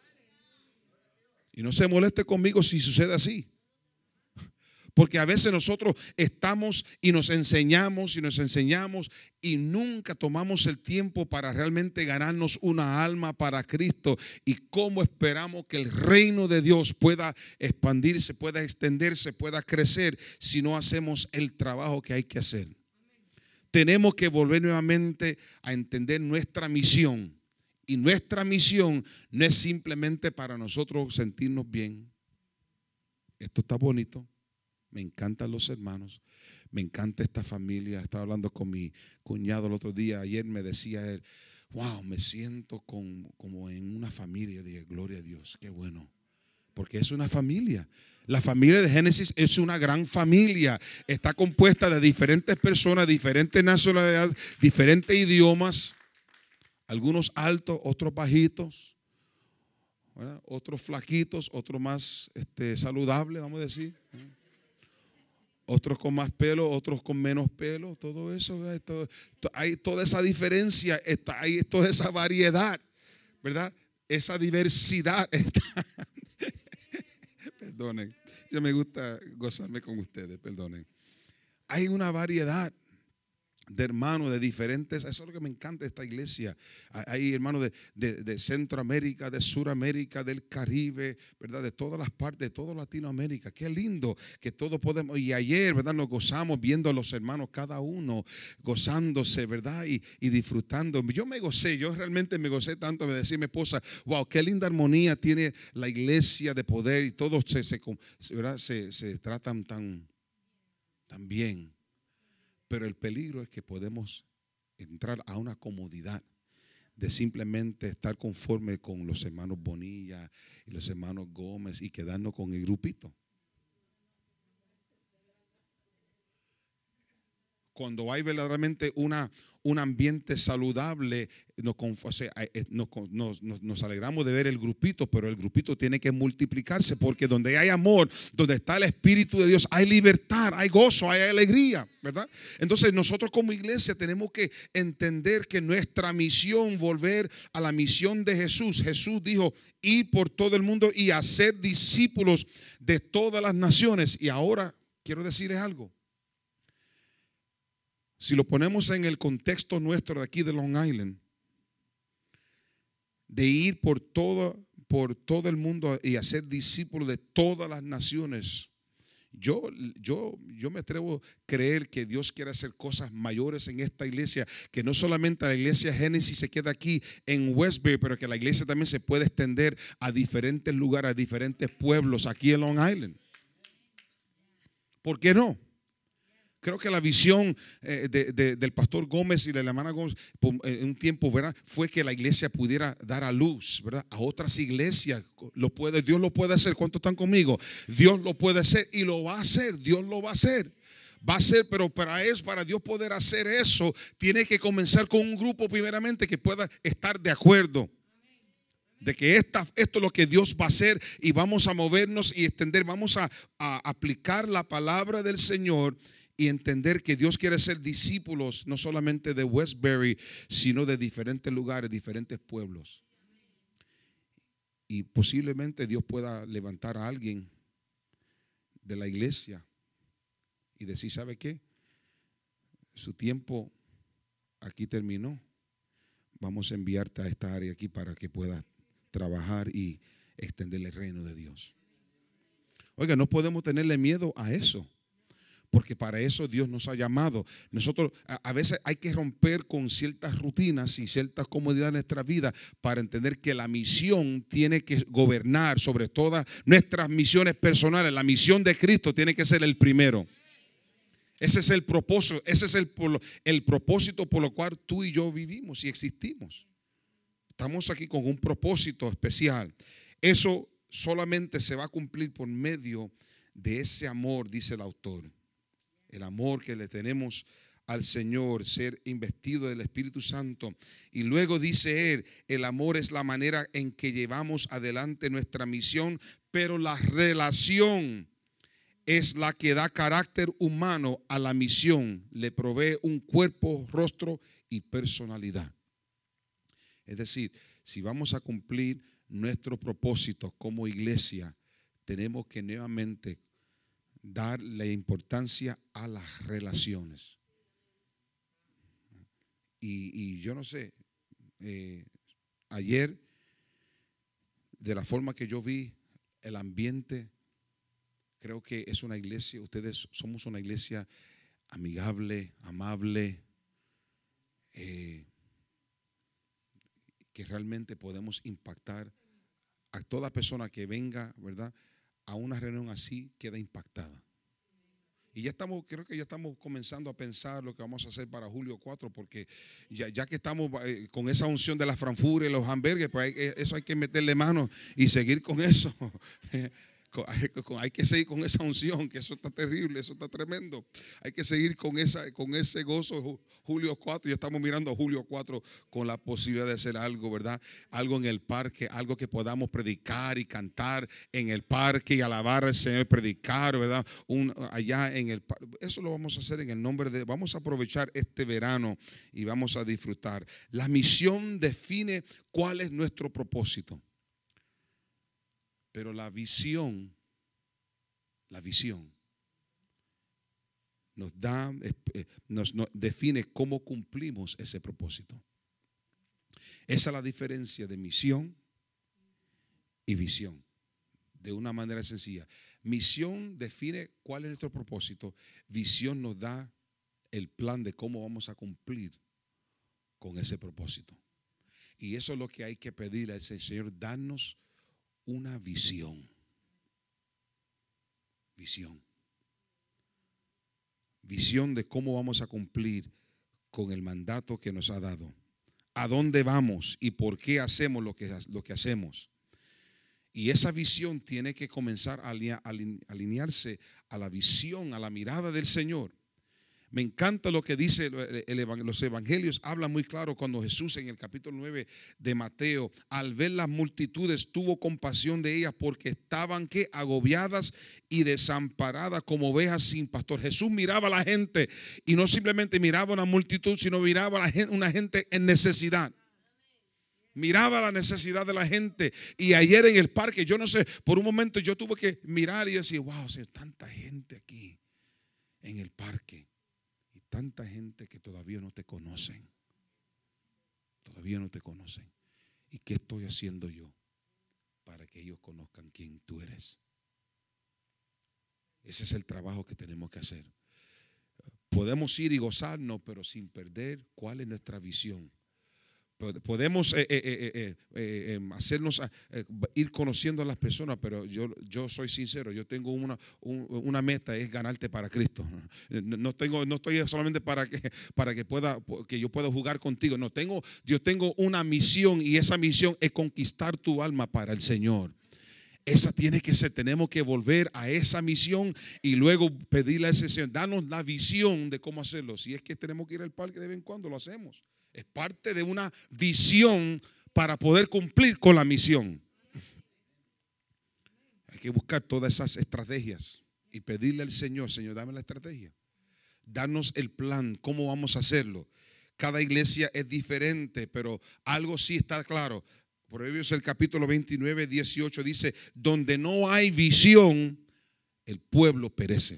Y no se moleste conmigo si sucede así. Porque a veces nosotros estamos y nos enseñamos y nunca tomamos el tiempo para realmente ganarnos una alma para Cristo. Y cómo esperamos que el reino de Dios pueda expandirse, pueda extenderse, pueda crecer si no hacemos el trabajo que hay que hacer. Tenemos que volver nuevamente a entender nuestra misión. Y nuestra misión no es simplemente para nosotros sentirnos bien. Esto está bonito. Me encantan los hermanos. Me encanta esta familia. Estaba hablando con mi cuñado el otro día. Ayer me decía él, wow, me siento como en una familia. Yo dije, gloria a Dios, qué bueno. Porque es una familia. La familia de Génesis es una gran familia. Está compuesta de diferentes personas, diferentes nacionalidades, diferentes idiomas. Algunos altos, otros bajitos, ¿verdad? Otros flaquitos, otros más saludables, vamos a decir. Otros con más pelo, otros con menos pelo. Todo eso, hay toda esa diferencia, hay toda esa variedad, ¿verdad? Esa diversidad. Perdonen, yo me gusta gozarme con ustedes, perdonen. Hay una variedad de hermanos de diferentes, eso es lo que me encanta de esta iglesia. Hay hermanos de Centroamérica, de Suramérica, del Caribe, ¿verdad? De todas las partes, de toda Latinoamérica. Qué lindo que todos podemos. Y ayer, ¿verdad? Nos gozamos viendo a los hermanos, cada uno gozándose, ¿verdad? Y disfrutando. Yo realmente me gocé tanto. Me decía mi esposa, wow, qué linda armonía tiene la iglesia de poder. Y todos se tratan tan bien. Pero el peligro es que podemos entrar a una comodidad de simplemente estar conforme con los hermanos Bonilla y los hermanos Gómez y quedarnos con el grupito. Cuando hay verdaderamente un ambiente saludable, nos alegramos de ver el grupito, pero el grupito tiene que multiplicarse, porque donde hay amor, donde está el Espíritu de Dios, hay libertad, hay gozo, hay alegría, ¿verdad? Entonces nosotros como iglesia tenemos que entender que nuestra misión, volver a la misión de Jesús. Jesús dijo, ir por todo el mundo y hacer discípulos de todas las naciones. Y ahora quiero decirles algo. Si lo ponemos en el contexto nuestro de aquí de Long Island, de ir por todo el mundo y hacer discípulos de todas las naciones, yo me atrevo a creer que Dios quiere hacer cosas mayores en esta iglesia, que no solamente la iglesia Génesis se queda aquí en Westbury, pero que la iglesia también se puede extender a diferentes lugares, a diferentes pueblos aquí en Long Island. ¿Por qué no? Creo que la visión del pastor Gómez y de la hermana Gómez en un tiempo, ¿verdad?, fue que la iglesia pudiera dar a luz, ¿verdad?, a otras iglesias. Dios lo puede hacer. ¿Cuántos están conmigo? Dios lo puede hacer y lo va a hacer. Dios lo va a hacer. Va a ser, pero para Dios poder hacer eso, tiene que comenzar con un grupo primeramente que pueda estar de acuerdo. de que esto es lo que Dios va a hacer y vamos a movernos y extender, vamos a aplicar la palabra del Señor y entender que Dios quiere ser discípulos no solamente de Westbury, sino de diferentes lugares, diferentes pueblos. Y posiblemente Dios pueda levantar a alguien de la iglesia y decir, ¿sabe qué? Su tiempo aquí terminó. Vamos a enviarte a esta área aquí para que puedas trabajar y extender el reino de Dios. Oiga, no podemos tenerle miedo a eso, porque para eso Dios nos ha llamado. Nosotros a veces hay que romper con ciertas rutinas y ciertas comodidades en nuestra vida para entender que la misión tiene que gobernar sobre todas nuestras misiones personales. La misión de Cristo tiene que ser el primero. Ese es el propósito, ese es el propósito por lo cual tú y yo vivimos y existimos. Estamos aquí con un propósito especial. Eso solamente se va a cumplir por medio de ese amor, dice el autor. El amor que le tenemos al Señor, ser investido del Espíritu Santo. Y luego dice él, el amor es la manera en que llevamos adelante nuestra misión, pero la relación es la que da carácter humano a la misión, le provee un cuerpo, rostro y personalidad. Es decir, si vamos a cumplir nuestro propósito como iglesia, tenemos que nuevamente darle importancia a las relaciones. Y yo no sé, ayer, de la forma que yo vi el ambiente, creo que es una iglesia, ustedes somos una iglesia amigable, amable, que realmente podemos impactar a toda persona que venga, ¿verdad? A una reunión así, queda impactada. Y ya estamos, creo que ya estamos comenzando a pensar lo que vamos a hacer para julio 4, porque ya que estamos con esa unción de la franfura y los hamburgues, pues eso hay que meterle mano y seguir con eso. Hay que seguir con esa unción, que eso está terrible, eso está tremendo. Hay que seguir con ese gozo. Julio 4, ya estamos mirando a julio 4 con la posibilidad de hacer algo, ¿verdad? Algo en el parque, algo que podamos predicar y cantar en el parque y alabar al Señor, predicar, ¿verdad? Allá en el parque. Eso lo vamos a hacer en el nombre de, vamos a aprovechar este verano y vamos a disfrutar. La misión define cuál es nuestro propósito. Pero la visión nos define cómo cumplimos ese propósito. Esa es la diferencia de misión y visión. De una manera sencilla. Misión define cuál es nuestro propósito. Visión nos da el plan de cómo vamos a cumplir con ese propósito. Y eso es lo que hay que pedir al Señor, darnos una visión. Visión de cómo vamos a cumplir con el mandato que nos ha dado. A dónde vamos y por qué hacemos lo que hacemos. Y esa visión tiene que comenzar a alinearse a la visión, a la mirada del Señor. Me encanta lo que dice los evangelios, habla muy claro cuando Jesús en el capítulo 9 de Mateo, al ver las multitudes, tuvo compasión de ellas porque estaban agobiadas y desamparadas como ovejas sin pastor. Jesús miraba a la gente y no simplemente miraba a una multitud, sino miraba a una gente en necesidad. Miraba la necesidad de la gente. Y ayer en el parque, yo no sé, por un momento yo tuve que mirar y decir, wow, Señor, tanta gente aquí en el parque. Tanta gente que todavía no te conocen. Todavía no te conocen. ¿Y qué estoy haciendo yo para que ellos conozcan quién tú eres? Ese es el trabajo que tenemos que hacer. Podemos ir y gozarnos, pero sin perder cuál es nuestra visión. Podemos hacernos ir conociendo a las personas, pero yo soy sincero, yo tengo una meta, es ganarte para Cristo. No estoy solamente para que yo pueda jugar contigo. No, yo tengo una misión y esa misión es conquistar tu alma para el Señor. Esa tiene que ser, tenemos que volver a esa misión y luego pedirle a ese Señor, danos la visión de cómo hacerlo. Si es que tenemos que ir al parque de vez en cuando, lo hacemos. Es parte de una visión para poder cumplir con la misión. Hay que buscar todas esas estrategias y pedirle al Señor, Señor, dame la estrategia. Danos el plan, cómo vamos a hacerlo. Cada iglesia es diferente, pero algo sí está claro. Proverbios el capítulo 29, 18 dice, donde no hay visión, el pueblo perece.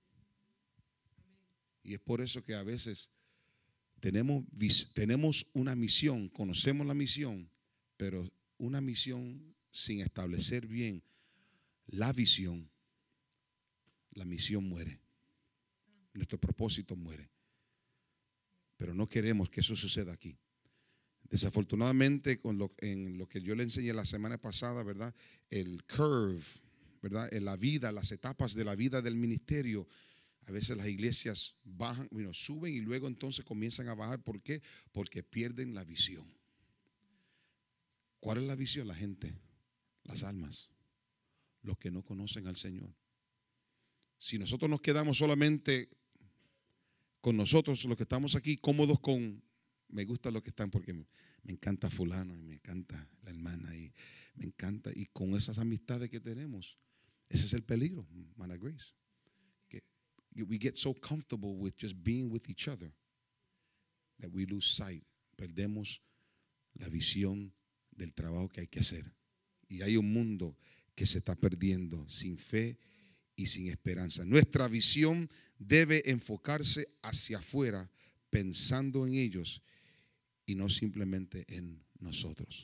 Y es por eso que a veces tenemos una misión, conocemos la misión, pero una misión sin establecer bien la visión, la misión muere. Nuestro propósito muere. Pero no queremos que eso suceda aquí. Desafortunadamente, en lo que yo le enseñé la semana pasada, ¿verdad? El curve, ¿verdad? En la vida, las etapas de la vida del ministerio. A veces las iglesias bajan, suben y luego entonces comienzan a bajar. ¿Por qué? Porque pierden la visión. ¿Cuál es la visión? La gente, las almas, los que no conocen al Señor. Si nosotros nos quedamos solamente con nosotros, los que estamos aquí, cómodos con, me gusta los que están porque me encanta fulano y me encanta la hermana y me encanta, y con esas amistades que tenemos, ese es el peligro, hermana Grace. We get so comfortable with just being with each other that we lose sight. Perdemos la visión del trabajo que hay que hacer. Y hay un mundo que se está perdiendo sin fe y sin esperanza. Nuestra visión debe enfocarse hacia afuera, pensando en ellos y no simplemente en nosotros.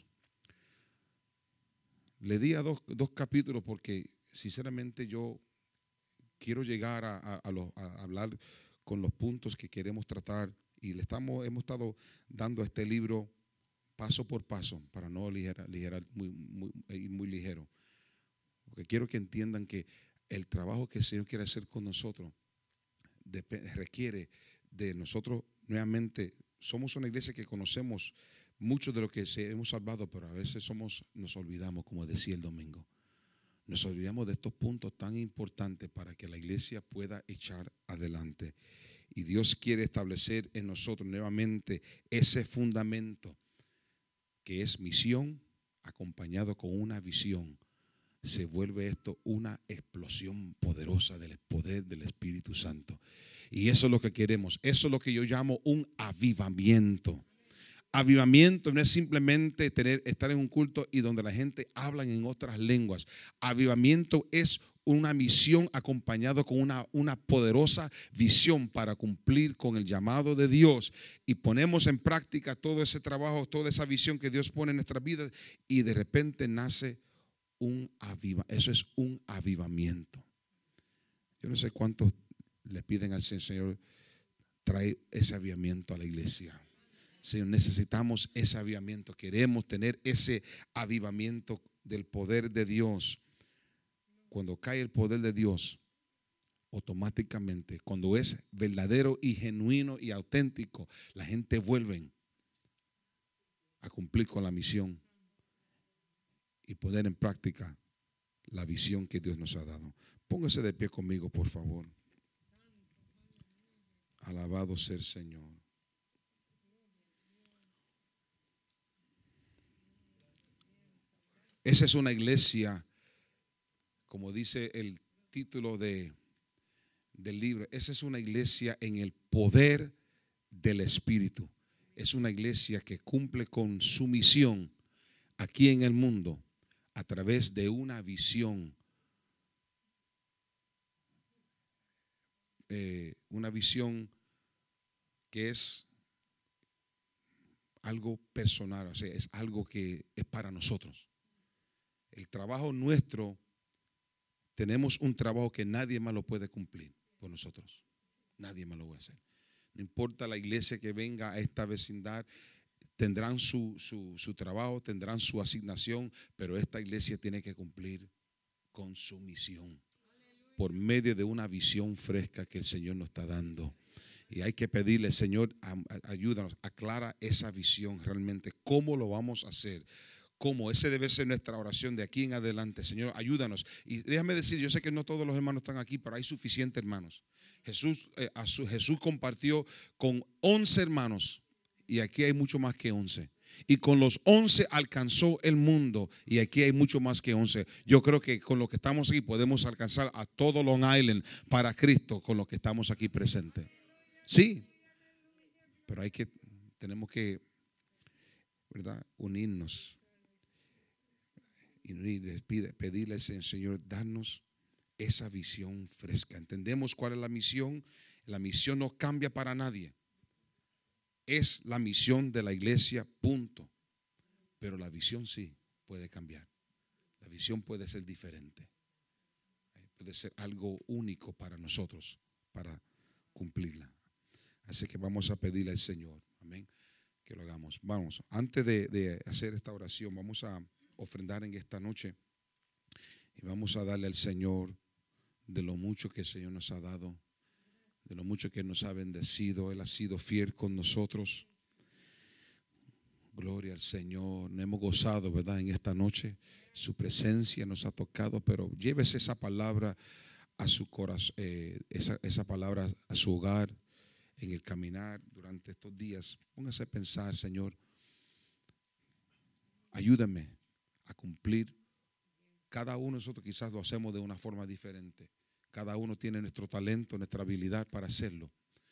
Le di a dos capítulos porque sinceramente yo quiero llegar a hablar con los puntos que queremos tratar, y hemos estado dando este libro paso por paso para no ligerar muy ligero. Porque quiero que entiendan que el trabajo que el Señor quiere hacer con nosotros requiere de nosotros. Nuevamente, somos una iglesia que conocemos mucho de lo que hemos salvado, pero a veces nos olvidamos, como decía el domingo. Nos olvidamos de estos puntos tan importantes para que la iglesia pueda echar adelante. Y Dios quiere establecer en nosotros nuevamente ese fundamento que es misión acompañado con una visión. Se vuelve esto una explosión poderosa del poder del Espíritu Santo. Y eso es lo que queremos. Eso es lo que yo llamo un avivamiento. Avivamiento no es simplemente estar en un culto y donde la gente habla en otras lenguas. Avivamiento es una misión acompañado con una poderosa visión para cumplir con el llamado de Dios. Y ponemos en práctica todo ese trabajo, toda esa visión que Dios pone en nuestras vidas, y de repente nace eso es un avivamiento. Yo no sé cuántos le piden al Señor, trae ese avivamiento a la iglesia. Señor, necesitamos ese avivamiento. Queremos tener ese avivamiento del poder de Dios. Cuando cae el poder de Dios, automáticamente, cuando es verdadero y genuino y auténtico, la gente vuelve a cumplir con la misión y poner en práctica la visión que Dios nos ha dado. Póngase de pie conmigo, por favor. Alabado sea el Señor. Esa es una iglesia, como dice el título del libro, esa es una iglesia en el poder del Espíritu. Es una iglesia que cumple con su misión aquí en el mundo a través de una visión. Una visión que es algo personal, o sea, es algo que es para nosotros. El trabajo nuestro, tenemos un trabajo que nadie más lo puede cumplir por nosotros. Nadie más lo va a hacer. No importa la iglesia que venga a esta vecindad, tendrán su trabajo, tendrán su asignación, pero esta iglesia tiene que cumplir con su misión por medio de una visión fresca que el Señor nos está dando. Y hay que pedirle, Señor, ayúdanos, aclara esa visión realmente. ¿Cómo lo vamos a hacer? ¿Cómo? Ese debe ser nuestra oración de aquí en adelante. Señor, ayúdanos. Y déjame decir, yo sé que no todos los hermanos están aquí, pero hay suficientes hermanos. Jesús compartió con 11 hermanos, y aquí hay mucho más que 11. Y con los 11 alcanzó el mundo. Y aquí hay mucho más que 11. Yo creo que con lo que estamos aquí podemos alcanzar a todo Long Island para Cristo con lo que estamos aquí presentes. Sí, pero tenemos que, ¿verdad?, unirnos y pedirle al Señor, darnos esa visión fresca. Entendemos cuál es la misión. La misión no cambia para nadie. Es la misión de la iglesia, punto. Pero la visión sí puede cambiar. La visión puede ser diferente. Puede ser algo único para nosotros, para cumplirla. Así que vamos a pedirle al Señor, amén, que lo hagamos. Vamos, antes de hacer esta oración, vamos a ofrendar en esta noche y vamos a darle al Señor de lo mucho que el Señor nos ha dado, de lo mucho que nos ha bendecido. Él ha sido fiel con nosotros. Gloria al Señor. Nos hemos gozado, ¿verdad?, en esta noche. Su presencia nos ha tocado, pero llévese esa palabra a su corazón, esa palabra a su hogar, en el caminar durante estos días. Póngase a pensar, Señor, ayúdame a cumplir. Cada uno de nosotros quizás lo hacemos de una forma diferente. Cada uno tiene nuestro talento, nuestra habilidad para hacerlo.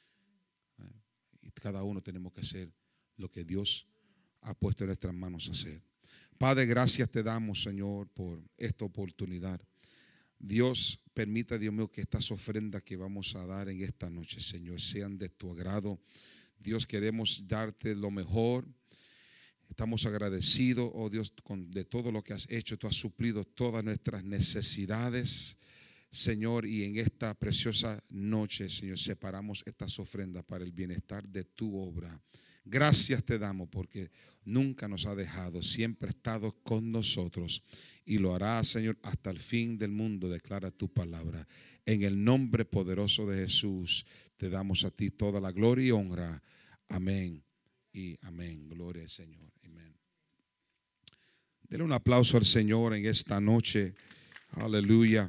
Y cada uno tenemos que hacer lo que Dios ha puesto en nuestras manos a hacer. Padre, gracias te damos, Señor, por esta oportunidad. Dios, permita, Dios mío, que estas ofrendas que vamos a dar en esta noche, Señor, sean de tu agrado. Dios, queremos darte lo mejor. Estamos agradecidos, oh Dios, de todo lo que has hecho. Tú has suplido todas nuestras necesidades, Señor, y en esta preciosa noche, Señor, separamos estas ofrendas para el bienestar de tu obra. Gracias te damos porque nunca nos ha dejado, siempre ha estado con nosotros y lo hará, Señor, hasta el fin del mundo, declara tu palabra. En el nombre poderoso de Jesús te damos a ti toda la gloria y honra. Amén y amén. Gloria al Señor. Amén. Denle un aplauso al Señor en esta noche. Aleluya.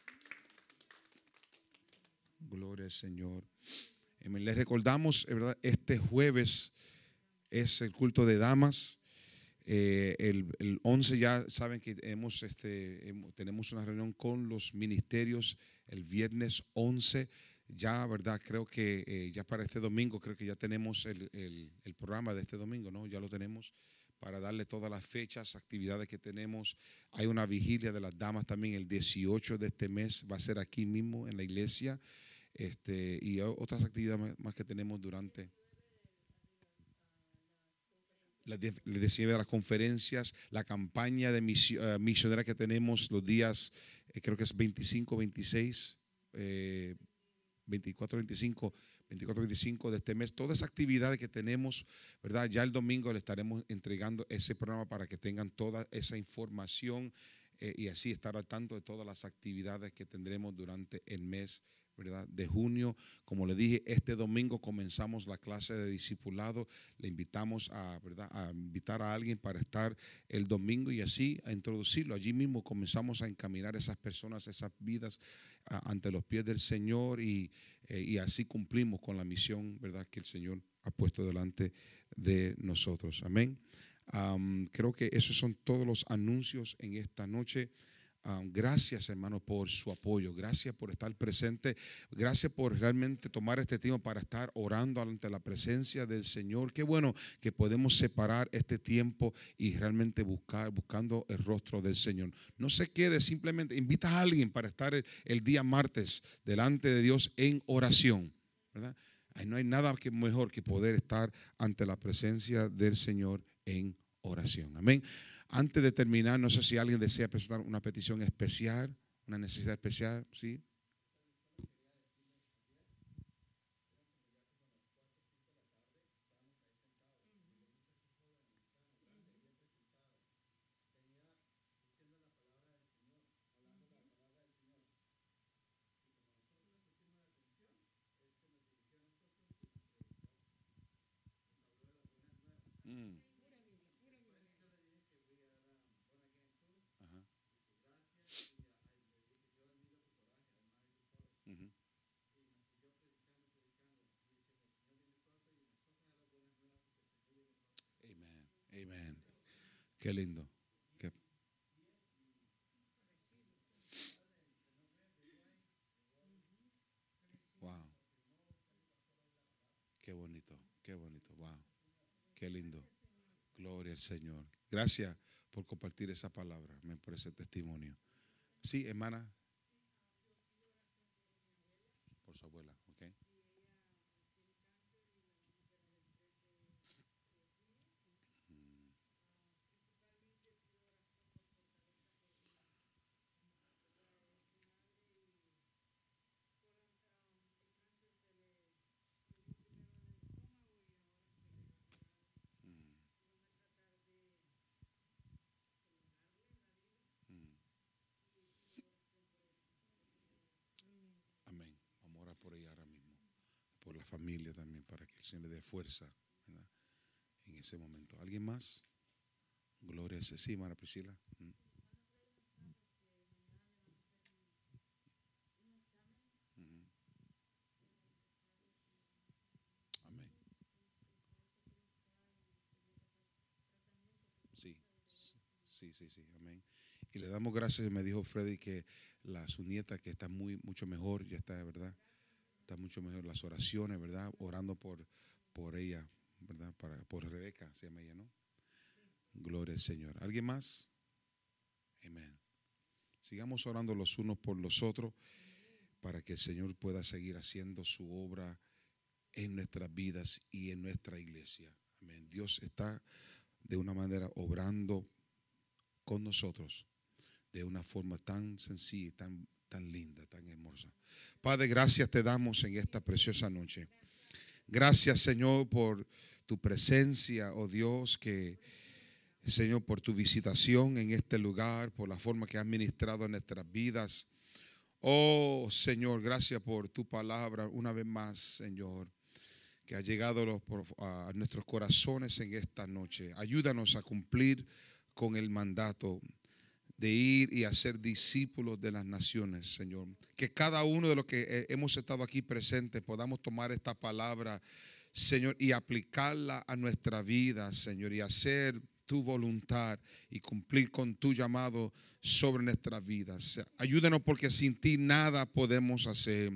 Gloria al Señor. Les recordamos, ¿verdad?, este jueves es el culto de damas. El 11 ya saben que tenemos una reunión con los ministerios el viernes 11. Ya, ¿verdad? Creo que ya para este domingo, creo que ya tenemos el programa de este domingo, ¿no? Ya lo tenemos para darle todas las fechas, actividades que tenemos. Hay una vigilia de las damas también el 18 de este mes, va a ser aquí mismo en la iglesia. Y otras actividades más que tenemos durante les decía, de las conferencias, la campaña de misionera que tenemos los días, creo que es 25, 26, 24, 25, 24, 25 de este mes. Todas esas actividades que tenemos, ¿verdad? Ya el domingo le estaremos entregando ese programa para que tengan toda esa información y así estar al tanto de todas las actividades que tendremos durante el mes, ¿verdad?, de junio. Como le dije, este domingo comenzamos la clase de discipulado. Le invitamos ¿verdad?, a invitar a alguien para estar el domingo y así a introducirlo. Allí mismo comenzamos a encaminar a esas personas, esas vidas ante los pies del Señor y así cumplimos con la misión, ¿verdad?, que el Señor ha puesto delante de nosotros. Amén. Creo que esos son todos los anuncios en esta noche. Gracias, hermano, por su apoyo. Gracias por estar presente. Gracias por realmente tomar este tiempo para estar orando ante la presencia del Señor. Qué bueno que podemos separar este tiempo y realmente buscando el rostro del Señor. No se quede, simplemente invita a alguien para estar el día martes delante de Dios en oración, ¿verdad? No hay nada mejor que poder estar ante la presencia del Señor en oración. Amén. Antes de terminar, no sé si alguien desea presentar una petición especial, una necesidad especial, ¿sí? Mm. Ajá. Qué lindo. Wow. Qué bonito, qué bonito. Wow. Qué lindo. Gloria al Señor. Gracias por compartir esa palabra, amén, por ese testimonio. Sí, hermana. Por su abuela, ok. Amén. Vamos a orar por ella ahora mismo. Por la familia también, para que el Señor le dé fuerza, ¿verdad? En ese momento. ¿Alguien más? Gloria a ese. Sí, hermana Priscila. Amén. Sí, sí. Amén. Y le damos gracias. Me dijo Freddy que su nieta, que está mucho mejor, ya está, ¿verdad? Está mucho mejor. Las oraciones, ¿verdad? Orando por ella, ¿verdad? Por Rebeca, se llama ella, ¿no? Gloria al Señor. ¿Alguien más? Amén. Sigamos orando los unos por los otros para que el Señor pueda seguir haciendo su obra en nuestras vidas y en nuestra iglesia. Amén. Dios está de una manera obrando con nosotros de una forma tan sencilla y tan linda, tan hermosa. Padre, gracias te damos en esta preciosa noche. Gracias, Señor, por tu presencia, oh Dios, Señor, por tu visitación en este lugar, por la forma que has ministrado en nuestras vidas. Oh, Señor, gracias por tu palabra una vez más, Señor, que ha llegado a nuestros corazones en esta noche. Ayúdanos a cumplir con el mandato de ir y hacer discípulos de las naciones, Señor. Que cada uno de los que hemos estado aquí presentes podamos tomar esta palabra, Señor, y aplicarla a nuestra vida, Señor, y hacer tu voluntad y cumplir con tu llamado sobre nuestras vidas. Ayúdanos, porque sin ti nada podemos hacer.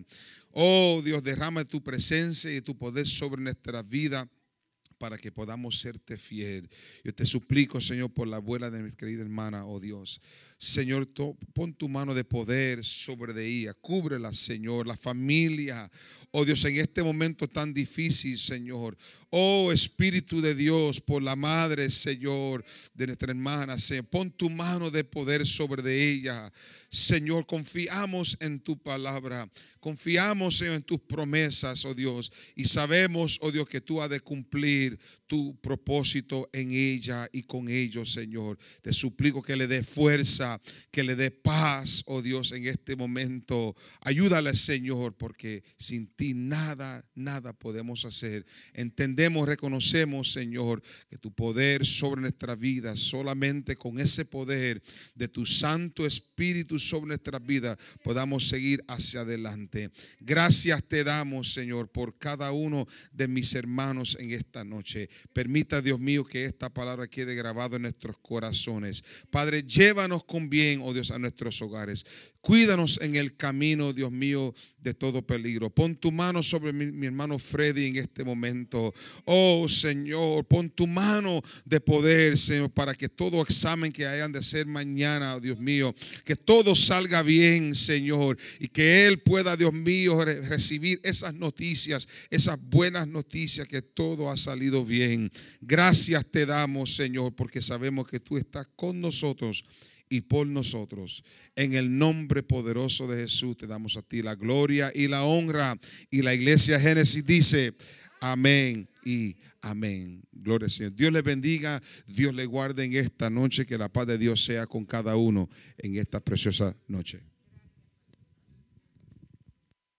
Oh Dios, derrama tu presencia y tu poder sobre nuestra vida para que podamos serte fiel. Yo te suplico, Señor, por la abuela de mi querida hermana, oh Dios. Señor, pon tu mano de poder sobre de ella. Cúbrela, Señor, la familia. Oh Dios, en este momento tan difícil, Señor. Oh Espíritu de Dios, por la madre, Señor, de nuestra hermana, Señor, pon tu mano de poder sobre de ella. Señor, confiamos en tu palabra. Confiamos, Señor, en tus promesas, oh Dios. Y sabemos, oh Dios, que tú has de cumplir tu propósito en ella y con ellos, Señor. Te suplico que le dé fuerza, que le dé paz, oh Dios, en este momento. Ayúdale, Señor, porque sin ti nada podemos hacer. Entendemos, reconocemos, Señor, que tu poder sobre nuestra vida, solamente con ese poder de tu Santo Espíritu sobre nuestras vidas, podamos seguir hacia adelante. Gracias te damos, Señor, por cada uno de mis hermanos en esta noche. Permita, Dios mío, que esta palabra quede grabada en nuestros corazones. Padre, llévanos con bien, oh Dios, a nuestros hogares. Cuídanos en el camino, Dios mío, de todo peligro. Pon tu mano sobre mi hermano Freddy en este momento. Oh Señor, pon tu mano de poder, Señor, para que todo examen que hayan de hacer mañana, oh Dios mío, que todo salga bien, Señor, y que él pueda, Dios mío, recibir esas noticias, esas buenas noticias, que todo ha salido bien. Gracias te damos, Señor, porque sabemos que tú estás con nosotros y por nosotros. En el nombre poderoso de Jesús te damos a ti la gloria y la honra. Y la iglesia Génesis dice amén y amén. Gloria al Señor. Dios les bendiga, Dios les guarde en esta noche. Que la paz de Dios sea con cada uno en esta preciosa noche.